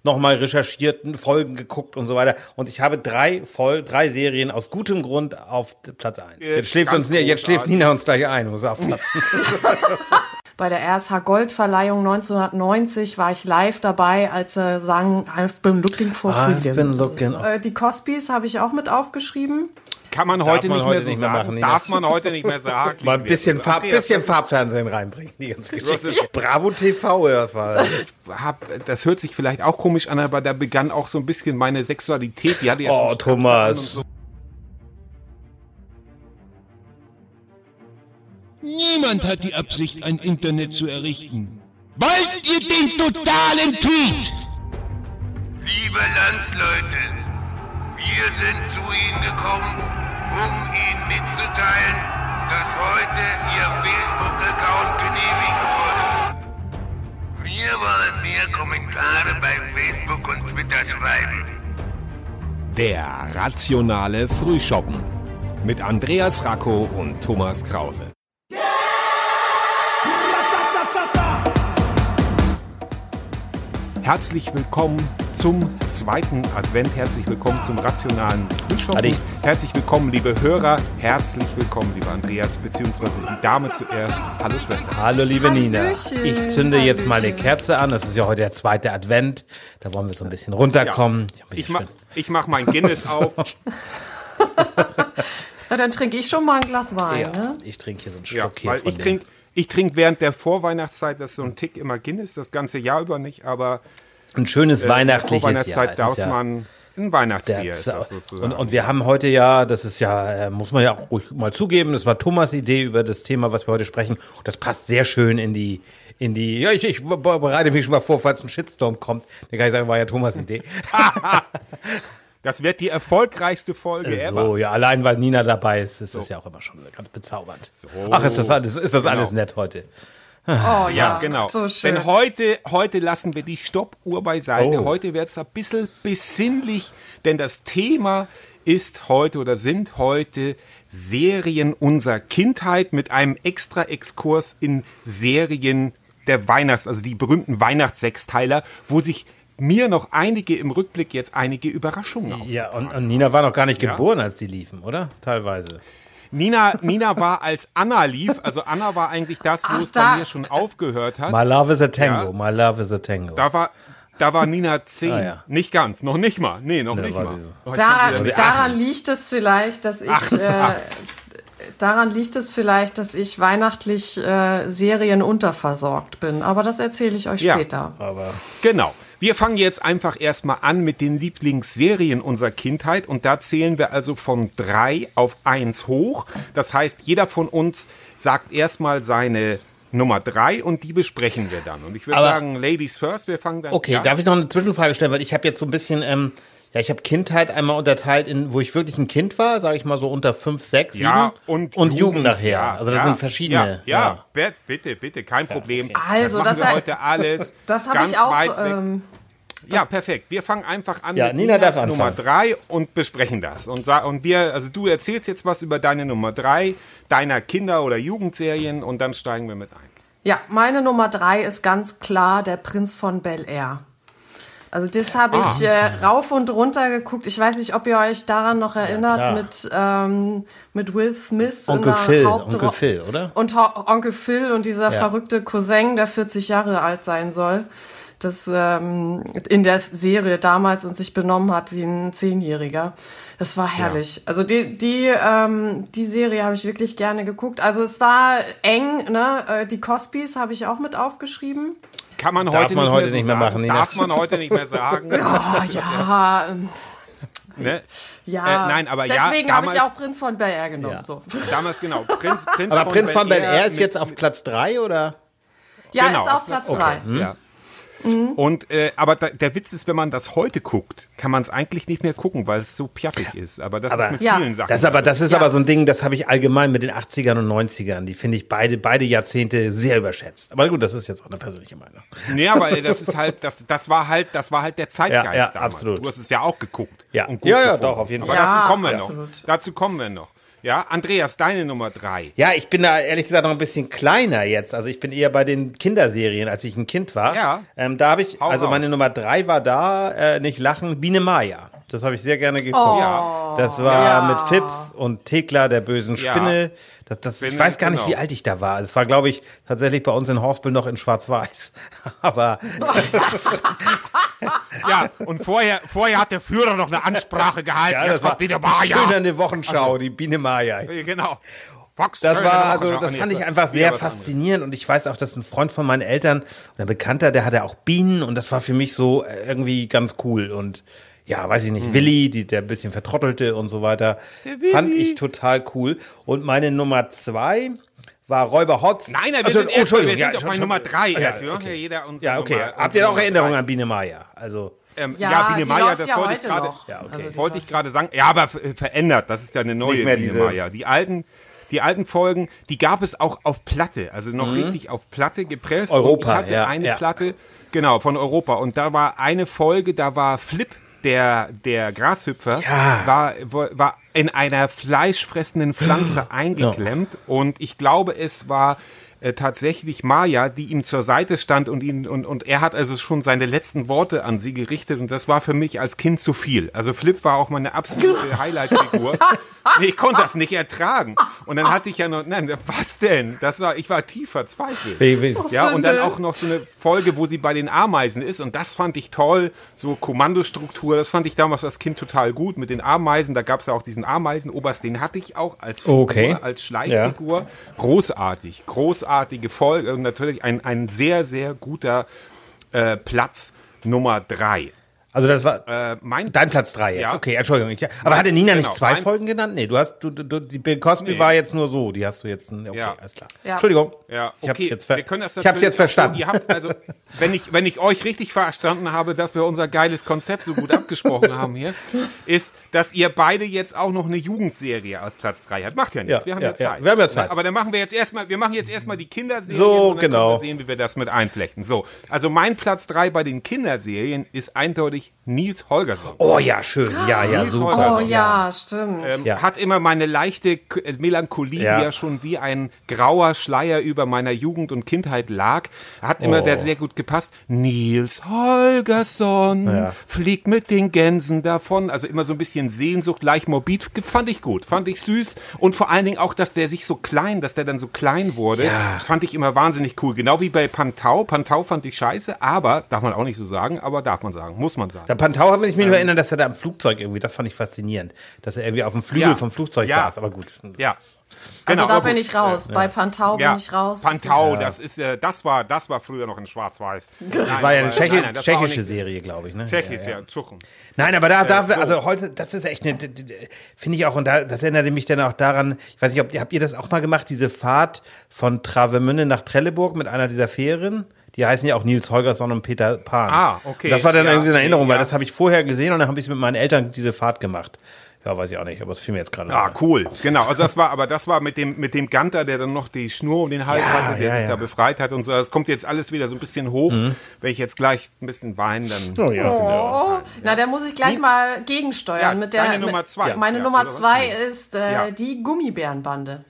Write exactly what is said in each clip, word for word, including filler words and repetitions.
nochmal recherchiert, Folgen geguckt und so weiter. Und ich habe drei Voll, drei Serien aus gutem Grund auf Platz eins. Jetzt schläft uns, jetzt schläft Nina uns gleich ein, muss aufpassen. Bei der R S H Goldverleihung neunzehnhundertneunzig war ich live dabei, als sie sang I've been looking for freedom. I've been looking. Äh, die Cosbys habe ich auch mit aufgeschrieben. Kann man heute man nicht heute mehr so nicht mehr sagen. machen, Darf man heute nicht mehr sagen. Mal ein bisschen, Farb, bisschen Farbfernsehen reinbringen, die ganze Geschichte. Bravo T V oder was war das? Hab, das hört sich vielleicht auch komisch an, aber da begann auch so ein bisschen meine Sexualität. Die hatte ja oh, schon Thomas. Und so. Niemand hat die Absicht, ein Internet zu errichten. Wollt ihr den totalen Tweet? Liebe Landsleute, wir sind zu Ihnen gekommen, um Ihnen mitzuteilen, dass heute Ihr Facebook-Account genehmigt wurde. Wir wollen mehr Kommentare bei Facebook und Twitter schreiben. Der rationale Frühschoppen mit Andreas Racco und Thomas Krause. Herzlich willkommen zum zweiten Advent. Herzlich willkommen zum rationalen Frühschoppen. Herzlich willkommen, liebe Hörer. Herzlich willkommen, lieber Andreas, beziehungsweise die Dame zuerst. Hallo, Schwester. Hallo, liebe Nina. Hallöchen. Ich zünde jetzt Hallöchen. mal eine Kerze an. Das ist ja heute der zweite Advent. Da wollen wir so ein bisschen runterkommen. Ja. Ich, ma- ich mach mein Guinness auf. Na, dann trinke ich schon mal ein Glas Wein. Ja, Ne? ich trinke hier so einen Ja, Schluck hier weil von ich dem. trinke ich trink während der Vorweihnachtszeit, das ist so ein Tick immer Guinness, das ganze Jahr über nicht, aber Ein schönes äh, weihnachtliches Vorweihnachtszeit Jahr. darf Es ist ja man ein Weihnachtsbier, der- ist das sozusagen. und, und wir haben heute ja, das ist ja, äh, muss man ja auch ruhig mal zugeben, das war Thomas' Idee über das Thema, was wir heute sprechen. Und das passt sehr schön in die, in die, ja, ich, ich bereite mich schon mal vor, falls ein Shitstorm kommt. Dann kann ich sagen, war ja Thomas' Idee. Das wird die erfolgreichste Folge ever. So, ja, allein weil Nina dabei ist, ist das ja auch immer schon ganz bezaubernd. Ach, ist das alles, ist das Genau. alles nett heute? Oh ja, Ja, genau. So schön. Denn heute, heute lassen wir die Stoppuhr beiseite. Oh. Heute wird es ein bisschen besinnlich, denn das Thema ist heute oder sind heute Serien unserer Kindheit mit einem extra Exkurs in Serien der Weihnachts-, also die berühmten Weihnachtssechsteiler, wo sich mir noch einige im Rückblick jetzt einige Überraschungen auf. Ja, und, und Nina war noch gar nicht Ja. geboren, als die liefen, oder? Teilweise. Nina, Nina war als Anna lief, also Anna war eigentlich das, wo Ach, es da- bei mir schon aufgehört hat. My love is a tango, Ja. my love is a tango. Da war, da war Nina zehn. Ah, ja. Nicht ganz, noch nicht mal. Nee, noch Nee, da nicht war mal. sie so. Oh, ich Da, kann sie ja nicht- daran liegt es vielleicht, dass ich Acht, äh, acht. daran liegt es vielleicht, dass ich weihnachtlich äh, Serien unterversorgt bin. Aber das erzähle ich euch Ja. später. Aber Genau. Wir fangen jetzt einfach erstmal an mit den Lieblingsserien unserer Kindheit und da zählen wir also von drei auf eins hoch. Das heißt, jeder von uns sagt erstmal seine Nummer drei und die besprechen wir dann. Und ich würde Aber- sagen, Ladies first, wir fangen dann okay, ja? darf ich noch eine Zwischenfrage stellen, weil ich habe jetzt so ein bisschen, ähm, ja, ich habe Kindheit einmal unterteilt in, wo ich wirklich ein Kind war, sage ich mal so unter fünf, sechs, Ja, sieben und, und Jugend nachher. Ja, Also das ja, sind verschiedene. Ja, ja, be- bitte, bitte, kein Problem. Also, das machen das wir hat- heute alles. Das habe ganz ich auch. weit weg. Ähm, Ja, perfekt. Wir fangen einfach an Ja, mit Nina Ninas darf Nummer anfangen. drei und besprechen das. Und, sa- und wir, also du erzählst jetzt was über deine Nummer drei, deiner Kinder- oder Jugendserien und dann steigen wir mit ein. ja, meine Nummer drei ist ganz klar der Prinz von Bel-Air. Also das habe ich äh, rauf und runter geguckt. Ich weiß nicht, ob ihr euch daran noch erinnert klar. mit, ähm, mit Will Smith in Onkel der Phil, Hauptro- Onkel Phil, oder? Und Ho- Onkel Phil und dieser Ja. verrückte Cousin, der vierzig Jahre alt sein soll, das ähm, in der Serie damals und sich benommen hat wie ein Zehnjähriger. Das war herrlich. Also die die ähm, die Serie habe ich wirklich gerne geguckt. Also es war eng, ne? Äh, Die Cosbys habe ich auch mit aufgeschrieben. Kann man Darf heute, man nicht, heute mehr so nicht mehr sagen. machen, Nina. Darf man heute nicht mehr sagen. Ah ja, ähm, Ne? ja. Äh, nein, aber ja, deswegen habe ich damals- auch Prinz von Bel-Air genommen. Ja. So. Damals genau. Prinz, Prinz Aber Prinz von Bel-Air ist mit- jetzt auf Platz drei, oder? Ja, Genau, ist auf auf Platz Platz- drei. Ja. Und äh, aber da, der Witz ist, wenn man das heute guckt, kann man es eigentlich nicht mehr gucken, weil es so piappig ist. Aber das Aber- ist mit Ja. vielen Sachen. Das ist aber, das ist Ja. aber so ein Ding, das habe ich allgemein mit den achtzigern und neunzigern. Die finde ich beide, beide Jahrzehnte sehr überschätzt. Aber gut, das ist jetzt auch eine persönliche Meinung. Nee, aber das ist halt, das, das war halt, das war halt der Zeitgeist Ja, ja, damals. absolut. Du hast es ja auch geguckt. Ja. und gut Ja, ja, gefunden. doch, auf jeden aber Fall. dazu Ja, kommen wir absolut. noch. Dazu kommen wir noch. Ja, Andreas, deine Nummer drei. Ja, ich bin da ehrlich gesagt noch ein bisschen kleiner jetzt. Also ich bin eher bei den Kinderserien, als ich ein Kind war. Ja. Ähm, da habe ich, Hau also meine raus. Nummer drei war da, äh, nicht lachen, Biene Maya. Das habe ich sehr gerne geguckt. Oh. Ja. Das war Ja. mit Fips und Thekla, der bösen Ja. Spinne. Das, das, ich Spinne, weiß gar nicht, genau. wie alt ich da war. Es war, glaube ich, tatsächlich bei uns in Horspel noch in Schwarz-Weiß. Aber Ja, und vorher, vorher hat der Führer noch eine Ansprache gehalten. ja, Jetzt das kommt war Biene Maya. schön an der Wochenschau, die Biene Maya. Genau. Fox, Das äh, war, Woche also, schon. das Nee, fand ist ich doch einfach wieder sehr was anderes. faszinierend und ich weiß auch, dass ein Freund von meinen Eltern oder ein Bekannter, der hatte auch Bienen und das war für mich so äh, irgendwie ganz cool und ja, weiß ich nicht, Hm. Willi, die, der ein bisschen vertrottelte und so weiter, fand ich total cool. Und meine Nummer zwei war Räuber Hotz. Nein, nein, wir Also, sind, oh, erst mal, Entschuldigung, wir ja, sind doch bei schon- Nummer drei ja, jetzt. Wir machen okay. ja jeder unsere Ja, okay. Nummer, Habt unsere ihr auch Nummer Erinnerungen drei. an Biene Maya? Also, Ähm, Ja, ja, Biene die Maya, läuft das ja wollte ich heute gerade. noch. Ja, okay. Also die Wollte ich läuft- gerade sagen. Ja, aber äh, verändert. Das ist ja eine neue Nicht mehr Biene diese- Maya. Die alten, die alten Folgen, die gab es auch auf Platte. Also noch richtig auf Platte gepresst. Mhm. Europa, Und ich hatte ja, eine ja. Platte, genau, von Europa. Und da war eine Folge, da war Flip, der, der Grashüpfer, Ja. war, war in einer fleischfressenden Pflanze eingeklemmt. Und ich glaube, es war äh, tatsächlich Maya, die ihm zur Seite stand und ihn und, und er hat also schon seine letzten Worte an sie gerichtet und das war für mich als Kind zu viel. Also Flip war auch meine absolute Highlight-Figur. Nee, ich konnte das nicht ertragen. Und dann hatte ich ja noch, nein, was denn? Das war, ich war tief verzweifelt. wie, wie, Ja, und dann Sünde. auch noch so eine Folge, wo sie bei den Ameisen ist und das fand ich toll, so Kommandostruktur, das fand ich damals als Kind total gut mit den Ameisen, da gab es ja auch diesen Ameisenoberst, den hatte ich auch als Figur, Okay. als Schleichfigur, großartig, großartige Folge und natürlich ein, ein sehr, sehr guter äh, Platz Nummer drei. also das war Äh, mein dein Platz drei jetzt. Ja. Okay, Entschuldigung. Ich, aber hatte Nina nicht genau, zwei mein- Folgen genannt? Nee, du hast, du, du, die Bill Cosby Nee. war jetzt nur so. Die hast du jetzt, okay, Ja. alles klar. Ja. Entschuldigung. Ja, Ich hab's okay. jetzt, ver wir können das ich hab's jetzt natürlich auch verstanden. So, ihr habt also, wenn ich, wenn ich euch richtig verstanden habe, dass wir unser geiles Konzept so gut abgesprochen haben hier, ist, dass ihr beide jetzt auch noch eine Jugendserie als Platz drei habt. Macht ja nichts. Ja, wir haben ja, ja, Zeit. ja. Wir haben ja Zeit. Aber dann machen wir jetzt erstmal, wir machen jetzt erstmal die Kinderserien So, und dann genau. können wir sehen, wie wir das mit einflechten. So. Also mein Platz drei bei den Kinderserien ist eindeutig Nils Holgersson. Oh ja, schön. Ja, ja, Nils super. Holgersson. Oh ja, stimmt. Ähm, Ja. Hat immer meine leichte K- äh, Melancholie, Ja. die ja schon wie ein grauer Schleier über meiner Jugend und Kindheit lag. Hat immer Oh. der sehr gut gepasst. Nils Holgersson Ja. fliegt mit den Gänsen davon. Also immer so ein bisschen Sehnsucht, leicht morbid. Ge- Fand ich gut, fand ich süß. Und vor allen Dingen auch, dass der sich so klein, dass der dann so klein wurde, Ja. fand ich immer wahnsinnig cool. Genau wie bei Pantau. Pantau fand ich scheiße, aber, darf man auch nicht so sagen, aber darf man sagen, muss man sagen. Der Pantau hat mich nur erinnert, dass er da im Flugzeug irgendwie, das fand ich faszinierend, dass er irgendwie auf dem Flügel Ja. vom Flugzeug Ja. saß, aber gut. Ja. Also Genau, da aber bin gut. ich raus. Bei Pantau bin ich raus. Pantau, das ist äh, das war das war früher noch in Schwarz-Weiß. Das war ja eine Tschechi nein, nein, das war auch tschechische nicht- Serie, glaube ich. Ne? Tschechisch, ja, Zuchen. Nein, aber da, da so. also heute, das ist echt eine, d- d- finde ich auch, und da, das erinnerte mich dann auch daran, ich weiß nicht, ob, habt ihr das auch mal gemacht, diese Fahrt von Travemünde nach Trelleborg mit einer dieser Fähren? Die heißen ja auch Nils Holgersson und Peter Pan. Ah, okay. Und das war dann Ja, irgendwie eine Erinnerung, weil ja. das habe ich vorher gesehen und dann habe ich mit meinen Eltern diese Fahrt gemacht. Ja, weiß ich auch nicht, aber es fiel mir jetzt gerade Ah, noch. cool. Genau, also das war, aber das war mit dem mit dem Ganter, der dann noch die Schnur um den Hals Ja, hatte, der ja, sich ja. da befreit hat und so. Das kommt jetzt alles wieder so ein bisschen hoch. Wenn ich jetzt gleich ein bisschen weine, dann Oh, ja. Oh, na, da muss ich gleich mal gegensteuern. Ja, mit der, deine mit, Nummer zwei. Meine Ja, Nummer oder was? zwei ist äh, Ja. die Gummibärenbande.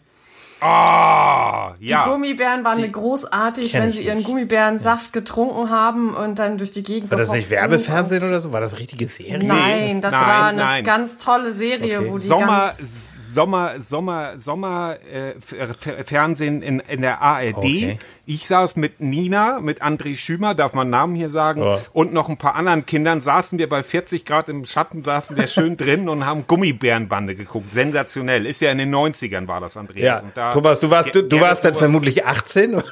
Ah, Die ja. Gummibärenbande großartig, kenn wenn ich sie ihren nicht. Gummibärensaft getrunken haben und dann durch die Gegend War das nicht gehopst sind Werbefernsehen und- oder so? War das richtige Serie? Nein, das Nein, war eine nein. ganz tolle Serie, Okay. wo die Sommer, ganz Sommer, Sommer, Sommer, äh, F- F- Fernsehen in, in der A R D. Okay. Ich saß mit Nina, mit André Schümer, darf man Namen hier sagen, Ja. und noch ein paar anderen Kindern, saßen wir bei vierzig Grad im Schatten, saßen wir schön drin und haben Gummibärenbande geguckt. Sensationell. Ist ja in den neunzigern war das, Andreas. Ja, Und da- Thomas, du warst, du, du Ja, warst dann sowas- vermutlich achtzehn?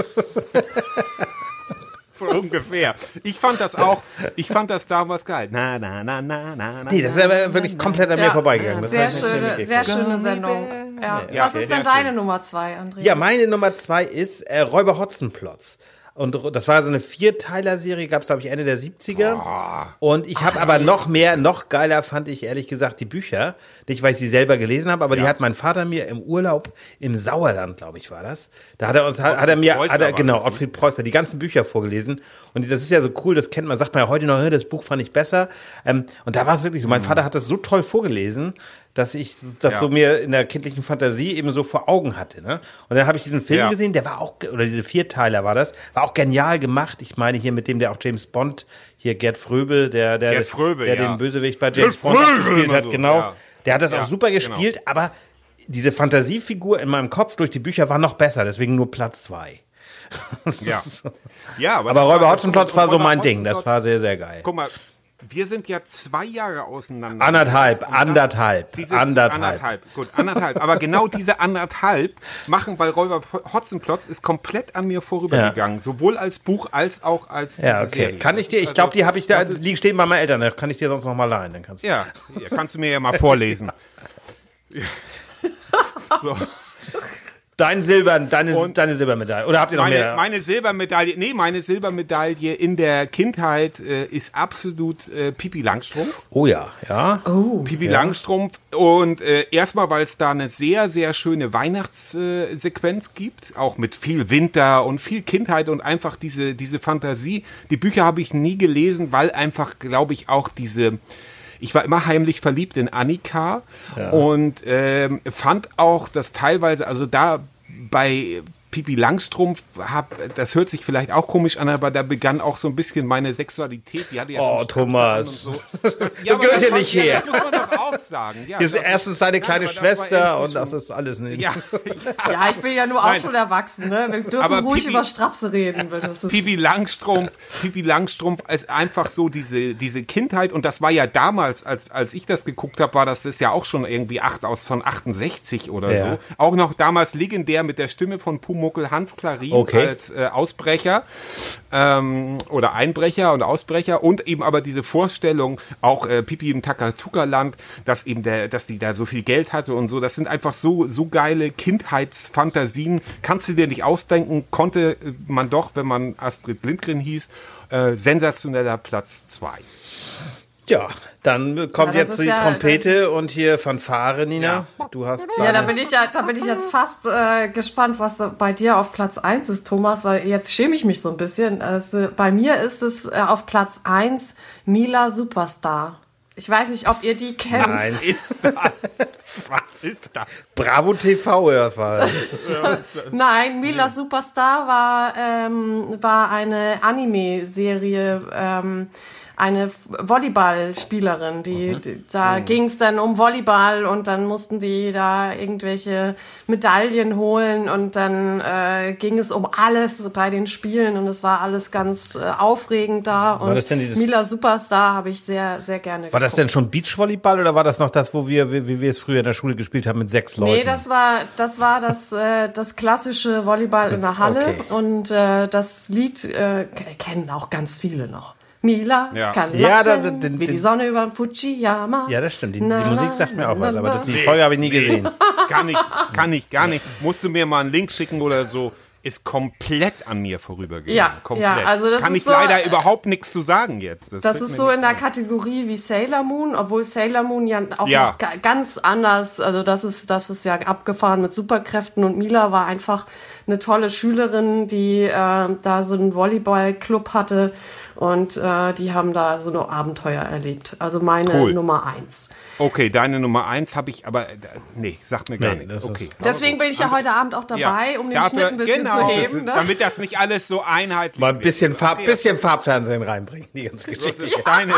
so ungefähr. Ich fand das auch, ich fand das damals geil. Na, na, na, na, na, na. Nee, das ist aber wirklich komplett an mir Ja. vorbeigegangen. Das sehr hab ich nicht mehr schöne, mitgekriegt. sehr schöne Sendung. Ja. Ja, Was ist sehr denn schön. deine Nummer zwei, Andrea? Ja, meine Nummer zwei ist äh, Räuber Hotzenplotz. Und das war so eine Vierteiler-Serie, gab es, glaube ich, Ende der siebziger. Und ich habe aber noch mehr, noch geiler fand ich ehrlich gesagt die Bücher. Nicht, weil ich sie selber gelesen habe, aber die hat mein Vater mir im Urlaub im Sauerland, glaube ich, war das. Da hat er uns, hat, hat er mir, Preußler hat er, war genau, das, ne? Ottfried Preußler, die ganzen Bücher vorgelesen. Und das ist ja so cool, das kennt man, sagt man ja heute noch, das Buch fand ich besser. Ähm, und da war es wirklich so, mein Vater hat das so toll vorgelesen, dass ich das Ja. so mir in der kindlichen Fantasie eben so vor Augen hatte. Ne? Und dann habe ich diesen Film Ja. gesehen, der war auch, oder diese Vierteiler war das, war auch genial gemacht. Ich meine hier mit dem, der auch James Bond, hier Gerd Fröbel, der, der, Gerd Fröbel, der ja. den Bösewicht bei James Bond Fröbel gespielt immer hat, so, genau. ja. Der hat das Ja, auch super genau. gespielt, aber diese Fantasiefigur in meinem Kopf durch die Bücher war noch besser, deswegen nur Platz zwei. Ja. Ja, Aber das Räuber war- Hotzenplotz war so Räuber mein Ding, das Hotzenplotz- war sehr, sehr geil. Guck mal, wir sind ja zwei Jahre auseinander. Anderthalb, Und das- anderthalb, diese anderthalb. anderthalb. Gut, anderthalb. Aber genau diese anderthalb machen, weil Räuber Hotzenplotz ist komplett an mir vorübergegangen. Sowohl als Buch als auch als Ja, diese okay. Serie. Kann ich Das dir, ist ich glaube, also- die habe ich da, das ist- die stehen bei meinen Eltern, da kann ich dir sonst noch mal leihen, dann kannst du. Ja, ja, kannst du mir ja mal vorlesen. So. Dein Silbern, deine, Und deine Silbermedaille. Oder habt ihr noch Meine, mehr? meine Silbermedaille, nee, meine Silbermedaille in der Kindheit äh, ist absolut äh, Pipi Langstrumpf. Oh ja, ja. Pipi Langstrumpf. Und äh, erstmal, weil es da eine sehr, sehr schöne Weihnachtssequenz gibt, auch mit viel Winter und viel Kindheit und einfach diese, diese Fantasie. Die Bücher habe ich nie gelesen, weil einfach, glaube ich, auch diese... Ich war immer heimlich verliebt in Annika und ähm, fand auch, dass teilweise, also da bei Pipi Langstrumpf, hab, das hört sich vielleicht auch komisch an, aber da begann auch so ein bisschen meine Sexualität. Die hatte ja Oh, schon Strapse Thomas. an und so. Das, Das gehört hier war- nicht ja, her. Das muss man doch auch sagen. Ja, Hier ist das- erstens seine Nein, kleine aber das war Schwester irgendwie und das so- ist alles nicht. Ja, Ja, ich bin ja nur auch Nein. schon erwachsen, ne? Wir dürfen Aber ruhig Pipi- über Strapse reden. Wenn das ist. Pipi Langstrumpf, Pipi Langstrumpf als einfach so diese, diese Kindheit. Und das war ja damals, als, als ich das geguckt habe, war das ist ja auch schon irgendwie acht aus von achtundsechzig oder Ja. so. Auch noch damals legendär mit der Stimme von Pumuckl Hans Klarin Okay. als äh, Ausbrecher ähm, oder Einbrecher und Ausbrecher. Und eben aber diese Vorstellung, auch äh, Pipi im Takatuka-Land, dass eben der, dass die da so viel Geld hatte und so. Das sind einfach so, so geile Kindheitsfantasien. Kannst du dir nicht ausdenken, konnte man doch, wenn man Astrid Lindgren hieß. Äh, sensationeller Platz zwei. Ja, dann kommt Ja, das jetzt ist die ja- Trompete und hier Fanfare, Nina. Du hast Ja, da deine- bin ich ja, da bin ich jetzt fast äh, gespannt, was da bei dir auf Platz eins ist, Thomas, weil jetzt schäme ich mich so ein bisschen. Also, bei mir ist es äh, auf Platz eins Mila Superstar. Ich weiß nicht, ob ihr die kennt. Nein. Ist das? Was ist das? Bravo T V, oder was war das? Nein, Mila Superstar war, ähm, war eine Anime-Serie, ähm, eine Volleyballspielerin, die, die da ging es dann um Volleyball und dann mussten die da irgendwelche Medaillen holen und dann äh, ging es um alles bei den Spielen und es war alles ganz äh, aufregend da und das denn dieses- Mila Superstar habe ich sehr, sehr gerne War das geguckt. denn schon Beachvolleyball oder war das noch das, wo wir, wie, wie wir es früher in der Schule gespielt haben mit sechs Leuten? Nee, das war das war das äh, das klassische Volleyball in der Halle okay. und äh, das Lied äh, k- kennen auch ganz viele noch. Mila Ja. kann Ja, lachen, da- da- den- wie die den- Sonne über Fujiyama. Ja, das stimmt. Die, die Na, Musik na, sagt mir auch na, was, aber na. das, die Folge habe ich nie gesehen. Kann ich, kann ich, gar nicht. Musst du mir mal einen Link schicken oder so. Ist komplett an mir vorübergegangen. Ja, komplett. ja, also das kann ist ich so, leider äh, überhaupt nichts zu sagen jetzt. Das fällt ist mir so nichts in der ein. Kategorie wie Sailor Moon, obwohl Sailor Moon ja auch Ja. noch ga- ganz anders, also das ist, das ist ja abgefahren mit Superkräften und Mila war einfach eine tolle Schülerin, die äh, da so einen Volleyballclub hatte und äh, die haben da so eine Abenteuer erlebt. Also meine Cool. Nummer eins. Okay, deine Nummer eins habe ich, aber äh, nee, sagt mir gar Nee, nichts. das ist- Okay. Deswegen bin ich ja heute Abend auch dabei, um den Schnitt ein bisschen genau, zu heben. Ne? damit das nicht alles so einheitlich Mal ein bisschen, wird. Farb, Andreas, bisschen Farbfernsehen reinbringen, die ganze Was Geschichte. ist deine?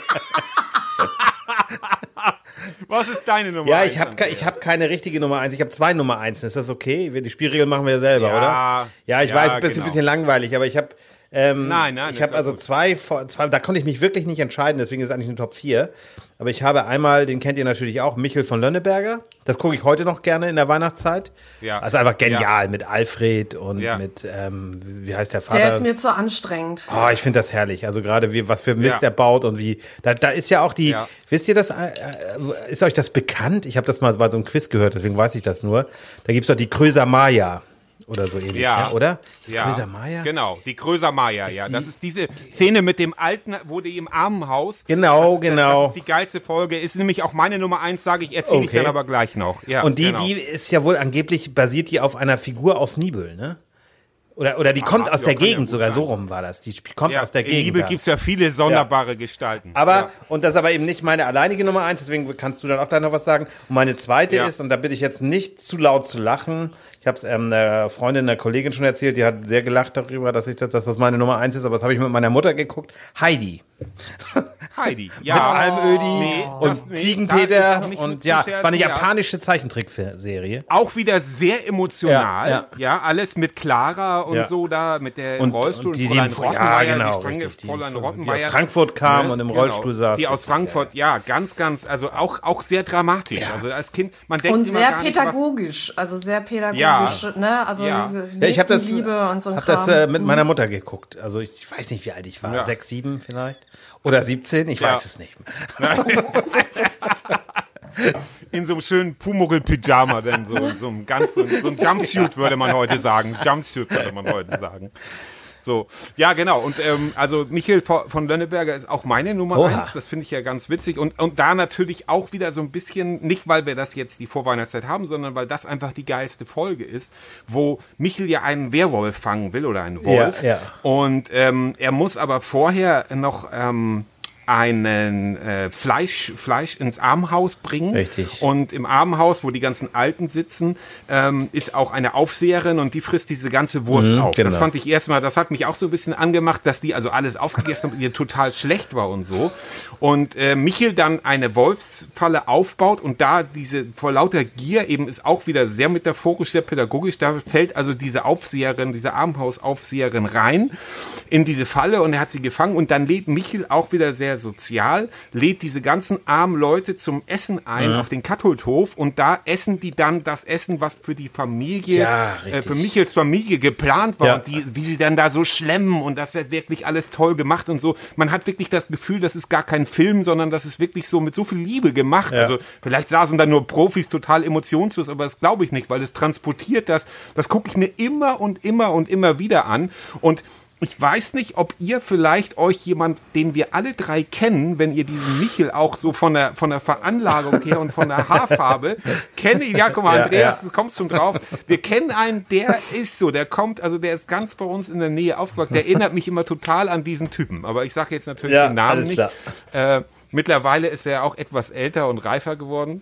Was ist deine Nummer Ja, eins? ich habe Andreas? ich hab keine richtige Nummer eins. Ich habe zwei Nummer eins. Ist das okay? Wir- Die Spielregeln machen wir ja selber, Ja, oder? Ja, ich ja, weiß, ein bisschen, genau. bisschen langweilig, aber ich habe ähm, Nein, nein, ich ist habe ja also gut. zwei, vor- zwei, da konnte ich mich wirklich nicht entscheiden, deswegen ist es eigentlich eine Top vier. Aber ich habe einmal, den kennt ihr natürlich auch, Michel von Lönneberger. Das gucke ich heute noch gerne in der Weihnachtszeit. Ja. Also einfach genial Ja. mit Alfred und Ja. mit, ähm, wie heißt der Vater? Der ist mir zu anstrengend. Oh, ich finde das herrlich. Also gerade wie, was für Mist Ja. er baut und wie, da, da ist ja auch die, Ja. wisst ihr das, äh, äh, ist euch das bekannt? Ich habe das mal bei so einem Quiz gehört, deswegen weiß ich das nur. Da gibt's doch die Kröser Maya oder so ähnlich, Ja. ja, oder? Ist das Ja, Kröser Maya? Genau, die Kröser Maya, ja. die- Das ist diese Szene mit dem alten, wo die im Armenhaus. Genau, das ist der- genau. Das ist die geilste Folge. Ist nämlich auch meine Nummer eins, sage ich, erzähle ich Okay. dann aber gleich noch. Ja, Und die, genau. die ist ja wohl angeblich, basiert die auf einer Figur aus Nibel, ne? Oder, oder die Aha, kommt aus ja, der kann ja Gegend gut sogar, sein. so rum war das. Die sp- kommt Ja, aus der in Gegend. Liebe da. gibt es ja viele sonderbare Gestalten. Aber, ja. und das ist aber eben nicht meine alleinige Nummer eins, deswegen kannst du dann auch da noch was sagen. Und meine zweite Ja. ist, und da bitte ich jetzt nicht zu laut zu lachen, ich habe es ähm, einer Freundin, einer Kollegin schon erzählt, die hat sehr gelacht darüber, dass, ich das, dass das meine Nummer eins ist, aber das habe ich mit meiner Mutter geguckt. Heidi. Heidi, Mit ja. Almödi Nee, und das- nee, Ziegenpeter da ist auch nicht und mit ja, zu scherzen, war eine ja. japanische Zeichentrickserie. Auch wieder sehr emotional, Ja, ja, ja. alles mit Clara und Ja. so da, mit der im Und- Rollstuhl, und die, die Fräulein im- Rottenmeier, ja, genau, die strenge richtig, die Fräulein von- Rottenmeier. die aus Frankfurt kam ne? und im Genau, Rollstuhl saß. Die aus Frankfurt, ja, ganz, ganz, also auch, auch sehr dramatisch. Ja. Also als Kind, man denkt Und immer sehr gar nicht, was, pädagogisch, also sehr pädagogisch, Ja. ne? Also Ja. Ja, ich habe das, Liebe und so ein hab das Kram. äh, mit meiner Mutter geguckt. Also ich weiß nicht, wie alt ich war. Ja. Sechs, sieben vielleicht. Oder siebzehn, ich Ja. weiß es nicht mehr. in so einem schönen Pumuckl-Pyjama, denn so, so ein ganz, so, ein- so ein Jumpsuit würde man heute sagen. Jumpsuit würde man heute sagen. So, ja, genau. Und ähm, also Michael von Lönneberger ist auch meine Nummer Oha. eins. Das finde ich ja ganz witzig. Und, und da natürlich auch wieder so ein bisschen, nicht weil wir das jetzt die Vorweihnachtszeit haben, sondern weil das einfach die geilste Folge ist, wo Michael ja einen Werwolf fangen will oder einen Wolf. Ja, ja. Und ähm, er muss aber vorher noch ähm, einen äh, Fleisch, Fleisch ins Armenhaus bringen. Richtig. Und im Armenhaus, wo die ganzen Alten sitzen, ähm, ist auch eine Aufseherin und die frisst diese ganze Wurst Mhm, auf. genau. Das fand ich erstmal, das hat mich auch so ein bisschen angemacht, dass die also alles aufgegessen haben und ihr total schlecht war und so. Und äh, Michael dann eine Wolfsfalle aufbaut und da diese vor lauter Gier eben ist auch wieder sehr metaphorisch, sehr pädagogisch. Da fällt also diese Aufseherin, diese Armenhausaufseherin rein in diese Falle und er hat sie gefangen und dann lädt Michael auch wieder sehr sozial, lädt diese ganzen armen Leute zum Essen ein auf den Katholdhof und da essen die dann das Essen, was für die Familie, Ja, äh, richtig. für Michaels Familie geplant war Ja. und die, wie sie dann da so schlemmen und das ist wirklich alles toll gemacht und so. Man hat wirklich das Gefühl, das ist gar kein Film, sondern das ist wirklich so mit so viel Liebe gemacht. Ja. Also vielleicht saßen da nur Profis total emotionslos, aber das glaube ich nicht, weil das transportiert das, das gucke ich mir immer und immer und immer wieder an und ich weiß nicht, ob ihr vielleicht euch jemand, den wir alle drei kennen, wenn ihr diesen Michel auch so von der, von der Veranlagung her und von der Haarfarbe kennt. Ja, guck mal, Ja, Andreas, ja. du kommst schon drauf. Wir kennen einen, der ist so, der kommt, also der ist ganz bei uns in der Nähe aufgewachsen. Der erinnert mich immer total an diesen Typen. Aber ich sage jetzt natürlich Ja, den Namen alles nicht. klar. Äh, mittlerweile ist er auch etwas älter und reifer geworden.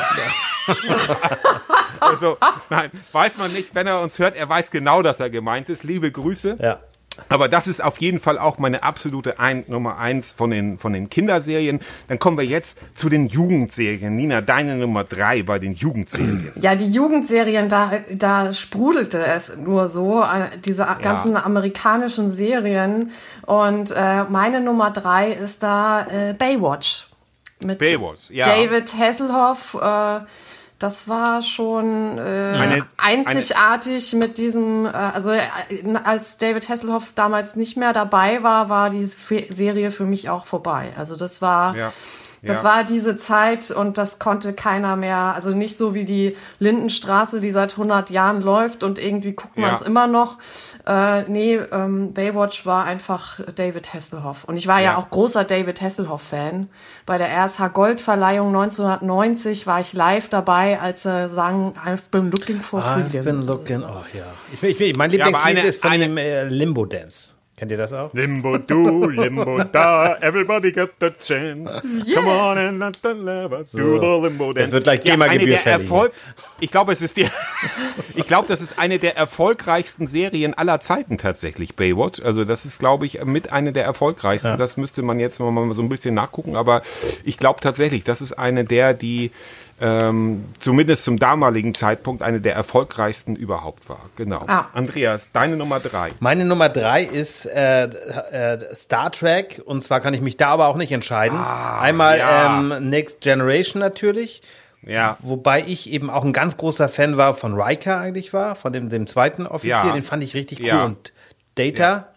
Also, nein, weiß man nicht. Wenn er uns hört, er weiß genau, dass er gemeint ist. Liebe Grüße. Ja. Aber das ist auf jeden Fall auch meine absolute ein, Nummer eins von den, von den Kinderserien. Dann kommen wir jetzt zu den Jugendserien. Nina, deine Nummer drei bei den Jugendserien. Ja, die Jugendserien, da, da sprudelte es nur so, äh, diese ganzen amerikanischen Serien. Und äh, meine Nummer drei ist da äh, Baywatch. Mit Baywatch, ja. David Hasselhoff. Äh, das war schon äh, Eine- einzigartig mit diesem, äh, also äh, als David Hasselhoff damals nicht mehr dabei war, war die Fe- Serie für mich auch vorbei. Also das war... Ja. Das Ja. war diese Zeit und das konnte keiner mehr, also nicht so wie die Lindenstraße, die seit hundert Jahren läuft und irgendwie guckt man es Ja. immer noch. Äh, nee, ähm, Baywatch war einfach David Hasselhoff. Und ich war ja, Ja. auch großer David Hasselhoff-Fan. Bei der R S H Goldverleihung neunzehnhundertneunzig war ich live dabei, als er sang I've been looking for freedom. I've been looking, oh ja. Ich, ich, mein Ja, aber Lieblingslied eine- ist von eine- dem äh, Limbo Dance. Kennt ihr das auch? Limbo do, Limbo da, everybody got the chance. Come on and let the lover do the Limbo dance. Jetzt wird gleich Ja, eine GEMA-Gebühr der fällig. Erfolg, ich glaube, es ist die, ich glaube, das ist eine der erfolgreichsten Serien aller Zeiten tatsächlich, Baywatch. Also das ist, glaube ich, mit einer der erfolgreichsten. Das müsste man jetzt noch mal so ein bisschen nachgucken. Aber ich glaube tatsächlich, das ist eine der, die ähm, zumindest zum damaligen Zeitpunkt eine der erfolgreichsten überhaupt war. Genau. Ah. Andreas, deine Nummer drei. Meine Nummer drei ist äh, äh, Star Trek und zwar kann ich mich da aber auch nicht entscheiden. Einmal ja. ähm, Next Generation natürlich, Ja. wobei ich eben auch ein ganz großer Fan war von Riker eigentlich war, von dem, dem zweiten Offizier, Ja. den fand ich richtig cool Ja. und Data,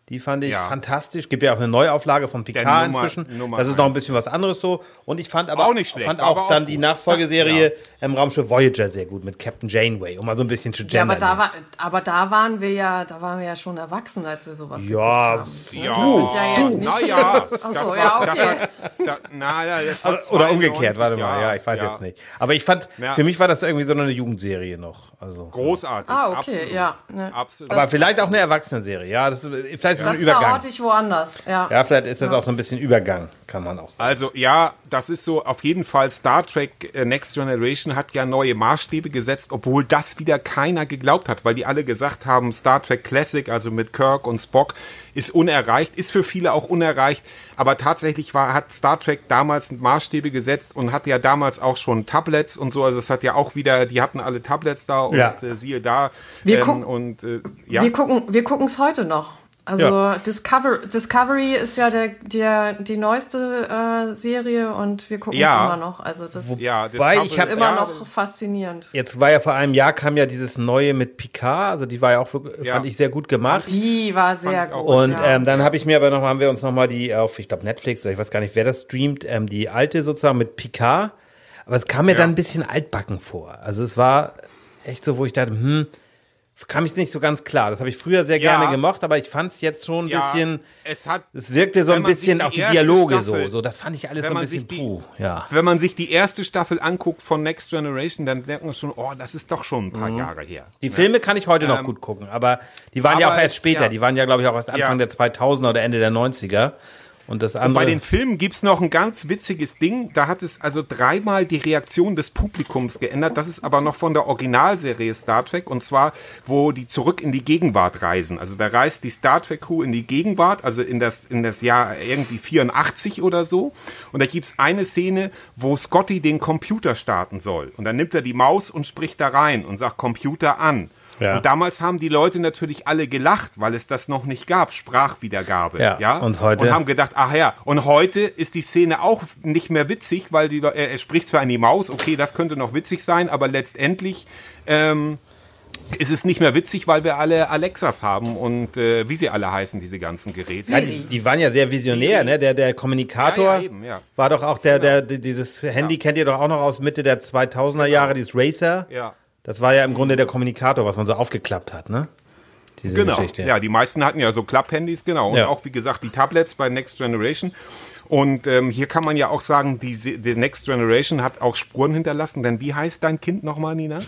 Die fand ich Ja. fantastisch. Gibt ja auch eine Neuauflage von Picard Der Nummer- inzwischen. Nummer das ist noch ein eins. bisschen was anderes so. Und ich fand aber Auch nicht schlecht, fand aber auch auch dann gut. die Nachfolgeserie im Raumschiff Voyager sehr gut mit Captain Janeway, um mal so ein bisschen zu Ja, gendern. aber da, war, aber da waren wir ja, da waren wir ja schon erwachsen, als wir sowas Ja, geguckt haben. Ja, Das sind ja jetzt nicht- naja. Ach so, ja, okay. Das hat, da, na, ja, das hat Oder zweiundneunzig, umgekehrt, warte mal, ja, ich weiß ja. jetzt nicht. Aber ich fand, Ja. für mich war das irgendwie so eine Jugendserie noch. Also. Großartig. Ah, okay, absolut. ja. Ne. Absolut. Aber vielleicht auch eine Erwachsenenserie, ja. Das, vielleicht ist es ein Das Übergang. verorte ich woanders, ja. Ja, vielleicht ist das auch so ein bisschen Übergang, kann man auch sagen. Also ja, das ist so auf jeden Fall. Star Trek äh, Next Generation hat ja neue Maßstäbe gesetzt, obwohl das wieder keiner geglaubt hat, weil die alle gesagt haben, Star Trek Classic, also mit Kirk und Spock, ist unerreicht, ist für viele auch unerreicht, aber tatsächlich war, hat Star Trek damals Maßstäbe gesetzt und hatte ja damals auch schon Tablets und so, also es hat ja auch wieder, die hatten alle Tablets da und Ja. äh, siehe da. Wir ähm, gucken- und äh, ja. Wir gucken wir gucken es heute noch. Also Ja. Discover, Discovery ist ja der, der, die neueste äh, Serie und wir gucken Ja. es immer noch. Also das ist ja, das Wobei, kam- ich hab- immer ja, noch faszinierend. Jetzt war ja vor einem Jahr kam ja dieses neue mit Picard, also die war ja auch, wirklich, Ja. fand ich, sehr gut gemacht. Die war sehr ich auch. gut. Und ja. ähm, dann habe ich mir aber noch, haben wir uns noch mal die auf, ich glaube Netflix oder ich weiß gar nicht, wer das streamt, ähm, die alte sozusagen mit Picard. Aber es kam mir Ja. dann ein bisschen altbacken vor. Also es war echt so, wo ich dachte, hm, kam ich nicht so ganz klar. Das habe ich früher sehr Ja. gerne gemocht, aber ich fand es jetzt schon ein ja, bisschen, es hat es wirkte so wenn ein man sich bisschen, die auch die erste Dialoge Staffel- so. So, das fand ich alles wenn so ein man bisschen sich die- puh. Ja. Wenn man sich die erste Staffel anguckt von Next Generation, dann denkt man schon, oh, das ist doch schon ein paar Mhm. Jahre her. Die Filme kann ich heute noch Ähm, gut gucken, aber die waren ja aber auch erst es- später. ja. Die waren ja, glaube ich, auch erst Anfang Ja. der zweitausender oder Ende der neunziger. Und das andere. Bei den Filmen gibt's noch ein ganz witziges Ding. Da hat es also dreimal die Reaktion des Publikums geändert. Das ist aber noch von der Originalserie Star Trek. Und zwar, wo die zurück in die Gegenwart reisen. Also da reist die Star Trek Crew in die Gegenwart, also in das, in das Jahr irgendwie vierundachtzig oder so. Und da gibt's eine Szene, wo Scotty den Computer starten soll. Und dann nimmt er die Maus und spricht da rein und sagt Computer an. Ja. Und damals haben die Leute natürlich alle gelacht, weil es das noch nicht gab, Sprachwiedergabe. Ja, Ja, und heute- Und haben gedacht, ach ja, und heute ist die Szene auch nicht mehr witzig, weil die, er, er spricht zwar in die Maus, okay, das könnte noch witzig sein, aber letztendlich ähm, ist es nicht mehr witzig, weil wir alle Alexas haben und äh, wie sie alle heißen, diese ganzen Geräte. Ja, die, die waren ja sehr visionär, ne? Der, der Kommunikator Ja, ja, eben, ja. war doch auch der, der, der, dieses Handy kennt ihr doch auch noch aus Mitte der zweitausender Jahre, dieses Racer. Ja. Das war ja im Grunde der Kommunikator, was man so aufgeklappt hat, ne? Diese Genau, Geschichte. ja, die meisten hatten ja so Klapphandys, genau. Und Ja. auch, wie gesagt, die Tablets bei Next Generation. Und ähm, hier kann man ja auch sagen, die, Se- die Next Generation hat auch Spuren hinterlassen. Denn wie heißt dein Kind nochmal, Nina?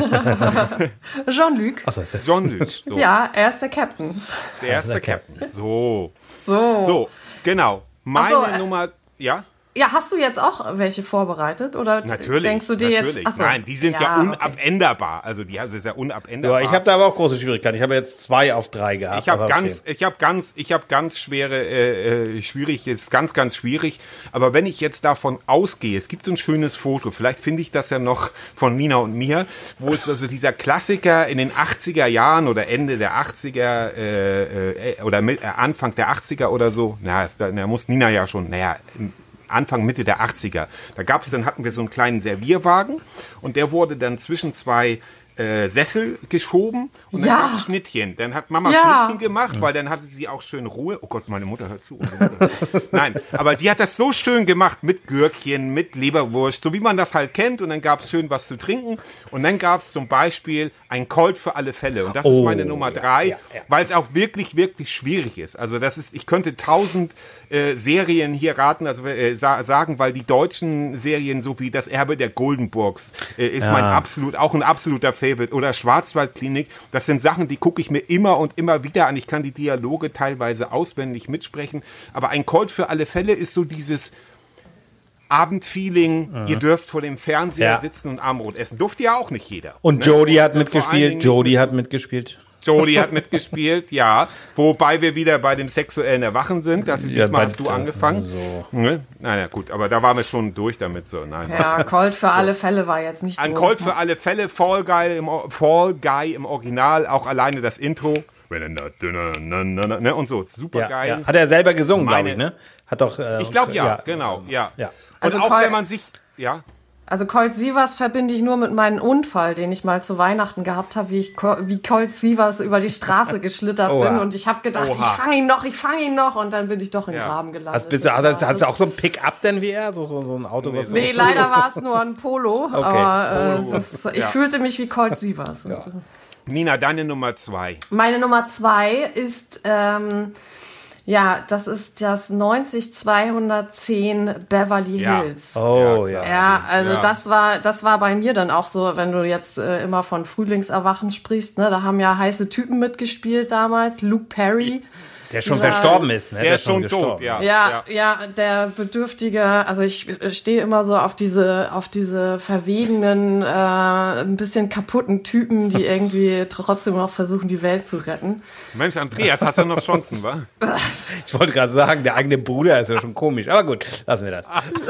Jean-Luc. Achso, das Jean-Luc. So, Ja, er ist der Captain. der erste der Captain. So, So. so, genau. Meine Ach so, äh, Nummer, ja? Ja, hast du jetzt auch welche vorbereitet? Oder Natürlich. denkst du dir natürlich. jetzt? Ach so. Nein, die sind ja, okay. unabänderbar. Also die also ist ja unabänderbar. ja, ich habe da aber auch große Schwierigkeiten. Ich habe jetzt zwei auf drei gehabt. Ich habe aber ganz, okay. ich habe ganz, ich habe ganz schwere, äh, äh, schwierig, jetzt ganz, ganz schwierig. Aber wenn ich jetzt davon ausgehe, es gibt so ein schönes Foto, vielleicht finde ich das ja noch von Nina und mir, wo es also dieser Klassiker in den achtziger Jahren oder Ende der achtziger äh, äh, oder mit, äh, Anfang der achtziger oder so, na, ist da, na muss Nina ja schon, naja, Anfang, Mitte der achtziger. Da gab es, dann hatten wir so einen kleinen Servierwagen und der wurde dann zwischen zwei äh, Sessel geschoben und dann Ja. gab es Schnittchen. Dann hat Mama Ja. Schnittchen gemacht, weil dann hatte sie auch schön Ruhe. Oh Gott, meine Mutter hört zu. unsere Mutter. Nein, aber sie hat das so schön gemacht mit Gürkchen, mit Leberwurst, so wie man das halt kennt. Und dann gab es schön was zu trinken. Und dann gab es zum Beispiel ein Colt für alle Fälle. Und das ist Oh, meine Nummer ja, drei, ja, ja. weil es auch wirklich, wirklich schwierig ist. Also das ist, ich könnte tausend äh, Serien hier raten, also äh, sa sagen, weil die deutschen Serien, so wie Das Erbe der Goldenburgs, äh, ist Ja. mein absolut, auch ein absoluter Favorite. Oder Schwarzwaldklinik, das sind Sachen, die gucke ich mir immer und immer wieder an. Ich kann die Dialoge teilweise auswendig mitsprechen. Aber ein Colt für alle Fälle ist so dieses Abendfeeling, ihr dürft vor dem Fernseher Ja. sitzen und Armbrot essen. Durfte ja auch nicht jeder. Und ne? Jodie hat Und vor allen mitgespielt. Dingen Jodie nicht hat mitgespielt. Jodie hat mitgespielt, ja. Wobei wir wieder bei dem sexuellen Erwachen sind. Das ist, Ja, diesmal bei- hast du angefangen. so. Ne? Naja, gut, aber da waren wir schon durch damit. So. Nein. Ja, Colt für alle Fälle war jetzt nicht so. Ein Colt für alle Fälle, Fall Guy, im, Or- Fall Guy im Original, auch alleine das Intro. Ne? Und so, super Ja, geil. ja. Hat er selber gesungen, glaube Meine- ich, ne? Hat doch. Äh, Ich glaube ja, genau, ja. Ja. Und Also auch Colt- wenn man sich, ja, Also Colt Sievers verbinde ich nur mit meinem Unfall, den ich mal zu Weihnachten gehabt habe, wie ich wie Colt Sievers über die Straße geschlittert Oha. bin und ich habe gedacht, Oha. ich fange ihn noch, ich fange ihn noch und dann bin ich doch in den Ja. Graben gelandet. Hast, bist du, hast, hast du auch so ein Pick-up denn wie er? So, so, so ein Auto, was Nee, leider war es nur ein Polo, Okay. aber äh, es ist, ich Ja. fühlte mich wie Colt Sievers. Und so. Nina, deine Nummer zwei. Meine Nummer zwei ist, ähm, ja, das ist das neunzig zweihundertzehn Beverly Ja. Hills. Oh, ja. Ja, also Ja. das war das war bei mir dann auch so, wenn du jetzt äh, immer von Frühlingserwachen sprichst, ne, da haben ja heiße Typen mitgespielt damals, Luke Perry. Der schon Dieser- verstorben ist, ne? Der ist schon gestorben. tot, ja. Ja, ja, der bedürftige, also ich äh, stehe immer so auf diese, auf diese verwegenen, äh, ein bisschen kaputten Typen, die irgendwie trotzdem noch versuchen, die Welt zu retten. Mensch, Andreas, hast du noch Chancen, wa? Ich wollte gerade sagen, der eigene Bruder ist ja schon komisch. Aber gut, lassen wir das.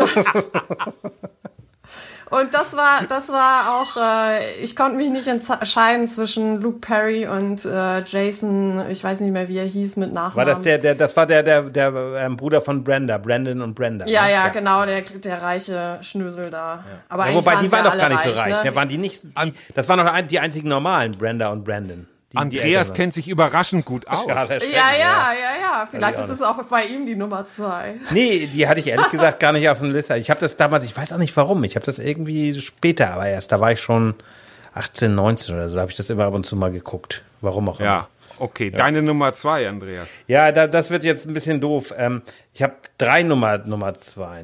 Und das war, das war auch, äh, ich konnte mich nicht entscheiden zwischen Luke Perry und äh, Jason, ich weiß nicht mehr, wie er hieß mit Nachnamen. War das der, der, das war der, der, der ähm, Bruder von Brenda, Brandon und Brenda. Ja, ne? ja, genau, der, der reiche Schnösel da. Aber Ja, eigentlich wobei, die waren's waren ja doch gar alle nicht so reich. ne? Ne? Waren die nicht, die, das waren doch ein- die einzigen normalen, Brenda und Brandon. Die, die Andreas Eltern kennt sich überraschend gut aus. waren. Ja, das stimmt, Ja, ja, ja, ja. Vielleicht auch ist es auch bei ihm die Nummer zwei. Nee, die hatte ich ehrlich gesagt gar nicht auf dem Liste. Ich habe das damals, ich weiß auch nicht warum, ich habe das irgendwie später, aber erst, da war ich schon achtzehn, neunzehn oder so, da habe ich das immer ab und zu mal geguckt. Warum auch immer. Ja, okay. Deine Nummer zwei, Andreas. Ja, da, das wird jetzt ein bisschen doof. Ähm, ich habe drei Nummer, Nummer zwei.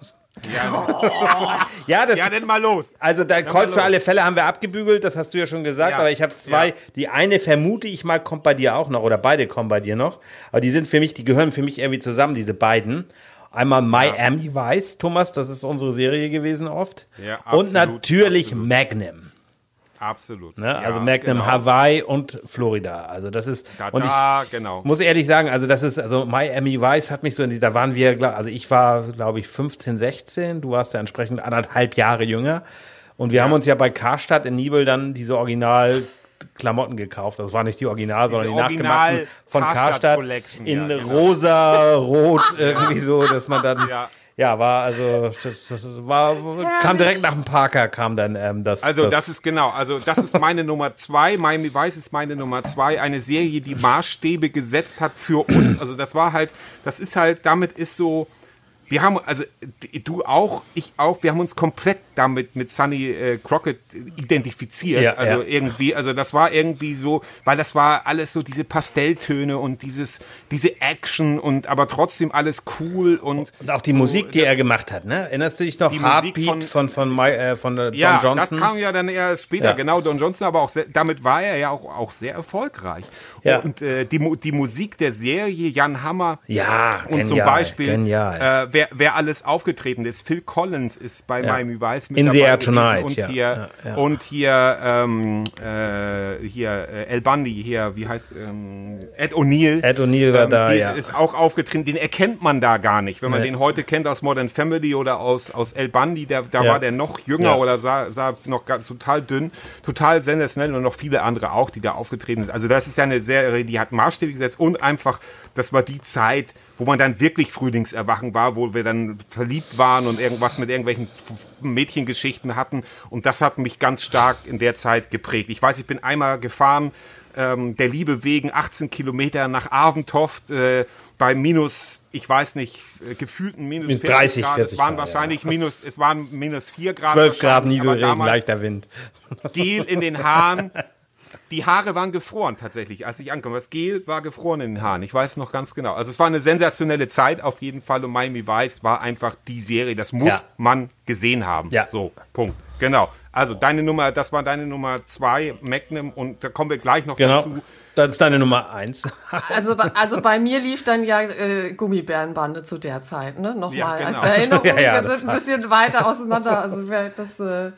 Ja, das, Ja, dann mal los. also der mal Colt für los. alle Fälle haben wir abgebügelt, das hast du ja schon gesagt, Ja. aber ich habe zwei. Ja. Die eine vermute ich mal kommt bei dir auch noch oder beide kommen bei dir noch, aber die sind für mich, die gehören für mich irgendwie zusammen, diese beiden. Einmal Miami Vice, Thomas, das ist unsere Serie gewesen oft. Ja, und absolut, natürlich absolut. Magnum. Absolut. Ne? Ja, Also Magnum, genau. Hawaii und Florida. Also das ist Da, und ich da, genau. muss ehrlich sagen, also das ist also Miami Vice hat mich so in die, da waren wir, glaub, also ich war glaube ich fünfzehn, sechzehn, du warst ja entsprechend anderthalb Jahre jünger und wir haben uns ja bei Karstadt in Nibel dann diese Original Klamotten gekauft. Das war nicht die Original, sondern die Original nachgemachten von Karstadt Karstadt Collection, in ja, genau. rosa, rot irgendwie so, dass man dann Ja. ja, war also das, das war kam direkt nach dem Parker kam dann ähm, das Also das ist genau, also das ist meine Nummer zwei, Miami Vice ist meine Nummer zwei, eine Serie, die Maßstäbe gesetzt hat für uns. Also das war halt, das ist halt, damit ist so, wir haben, also du auch, ich auch, wir haben uns komplett damit mit Sonny äh, Crockett identifiziert. Ja, also ja. irgendwie, also das war irgendwie so, weil das war alles so diese Pastelltöne und dieses, diese Action und aber trotzdem alles cool und, und auch die so, Musik, die das- er gemacht hat, ne? Erinnerst du dich noch Die Musik Heartbeat von- von von von, äh, von äh, Don Ja, Johnson? das kam ja dann eher später, Ja. genau, Don Johnson, aber auch sehr, damit war er ja auch, auch sehr erfolgreich. Ja. Und äh, die, Mu- die Musik der Serie, Jan Hammer Ja, und zum genial, Beispiel, genial. äh, wer, wer alles aufgetreten ist, Phil Collins ist bei Ja. Miami Vice mit In the dabei Air gewesen Tonight, und ja, hier, ja, ja. und hier, ähm, äh, hier, äh, El Bundy, hier, wie heißt, ähm, Ed O'Neill. Ed O'Neill war da, die ja. ist auch aufgetreten, den erkennt man da gar nicht. Wenn man Nee. den heute kennt aus Modern Family oder aus, aus El Bundy, der, da Ja. war der noch jünger Ja. oder sah, sah noch ganz, total dünn, total sensationell und noch viele andere auch, die da aufgetreten sind. Also das ist ja eine Serie, die hat Maßstäbe gesetzt und einfach, das war die Zeit, wo man dann wirklich Frühlingserwachen war, wo wir dann verliebt waren und irgendwas mit irgendwelchen F- F- Mädchengeschichten hatten und das hat mich ganz stark in der Zeit geprägt. Ich weiß, ich bin einmal gefahren, ähm, der Liebe wegen, achtzehn Kilometer nach Aventoft, äh, bei minus, ich weiß nicht, äh, gefühlten minus Minus vierzig dreißig, Grad. vierzig Es waren Grad, wahrscheinlich ja. minus, es waren minus vier Grad. zwölf Grad, wahrscheinlich, Nieselregen, aber damals leichter Wind. Gel in den Haaren. Die Haare waren gefroren tatsächlich, als ich ankam. Das Gel war gefroren in den Haaren. Ich weiß noch ganz genau. Also es war eine sensationelle Zeit auf jeden Fall und Miami Vice war einfach die Serie. Das muss Ja. man gesehen haben. Ja. So, Punkt. Genau. Also deine Nummer, das war deine Nummer zwei, Magnum und da kommen wir gleich noch Genau. dazu. Das ist deine Nummer eins. Also, bei- also bei mir lief dann ja äh, Gummibärenbande zu der Zeit, ne? Nochmal Ja, genau. als Erinnerung. Ja, ja, wir das sind ein bisschen weiter auseinander. Also wer- das, äh,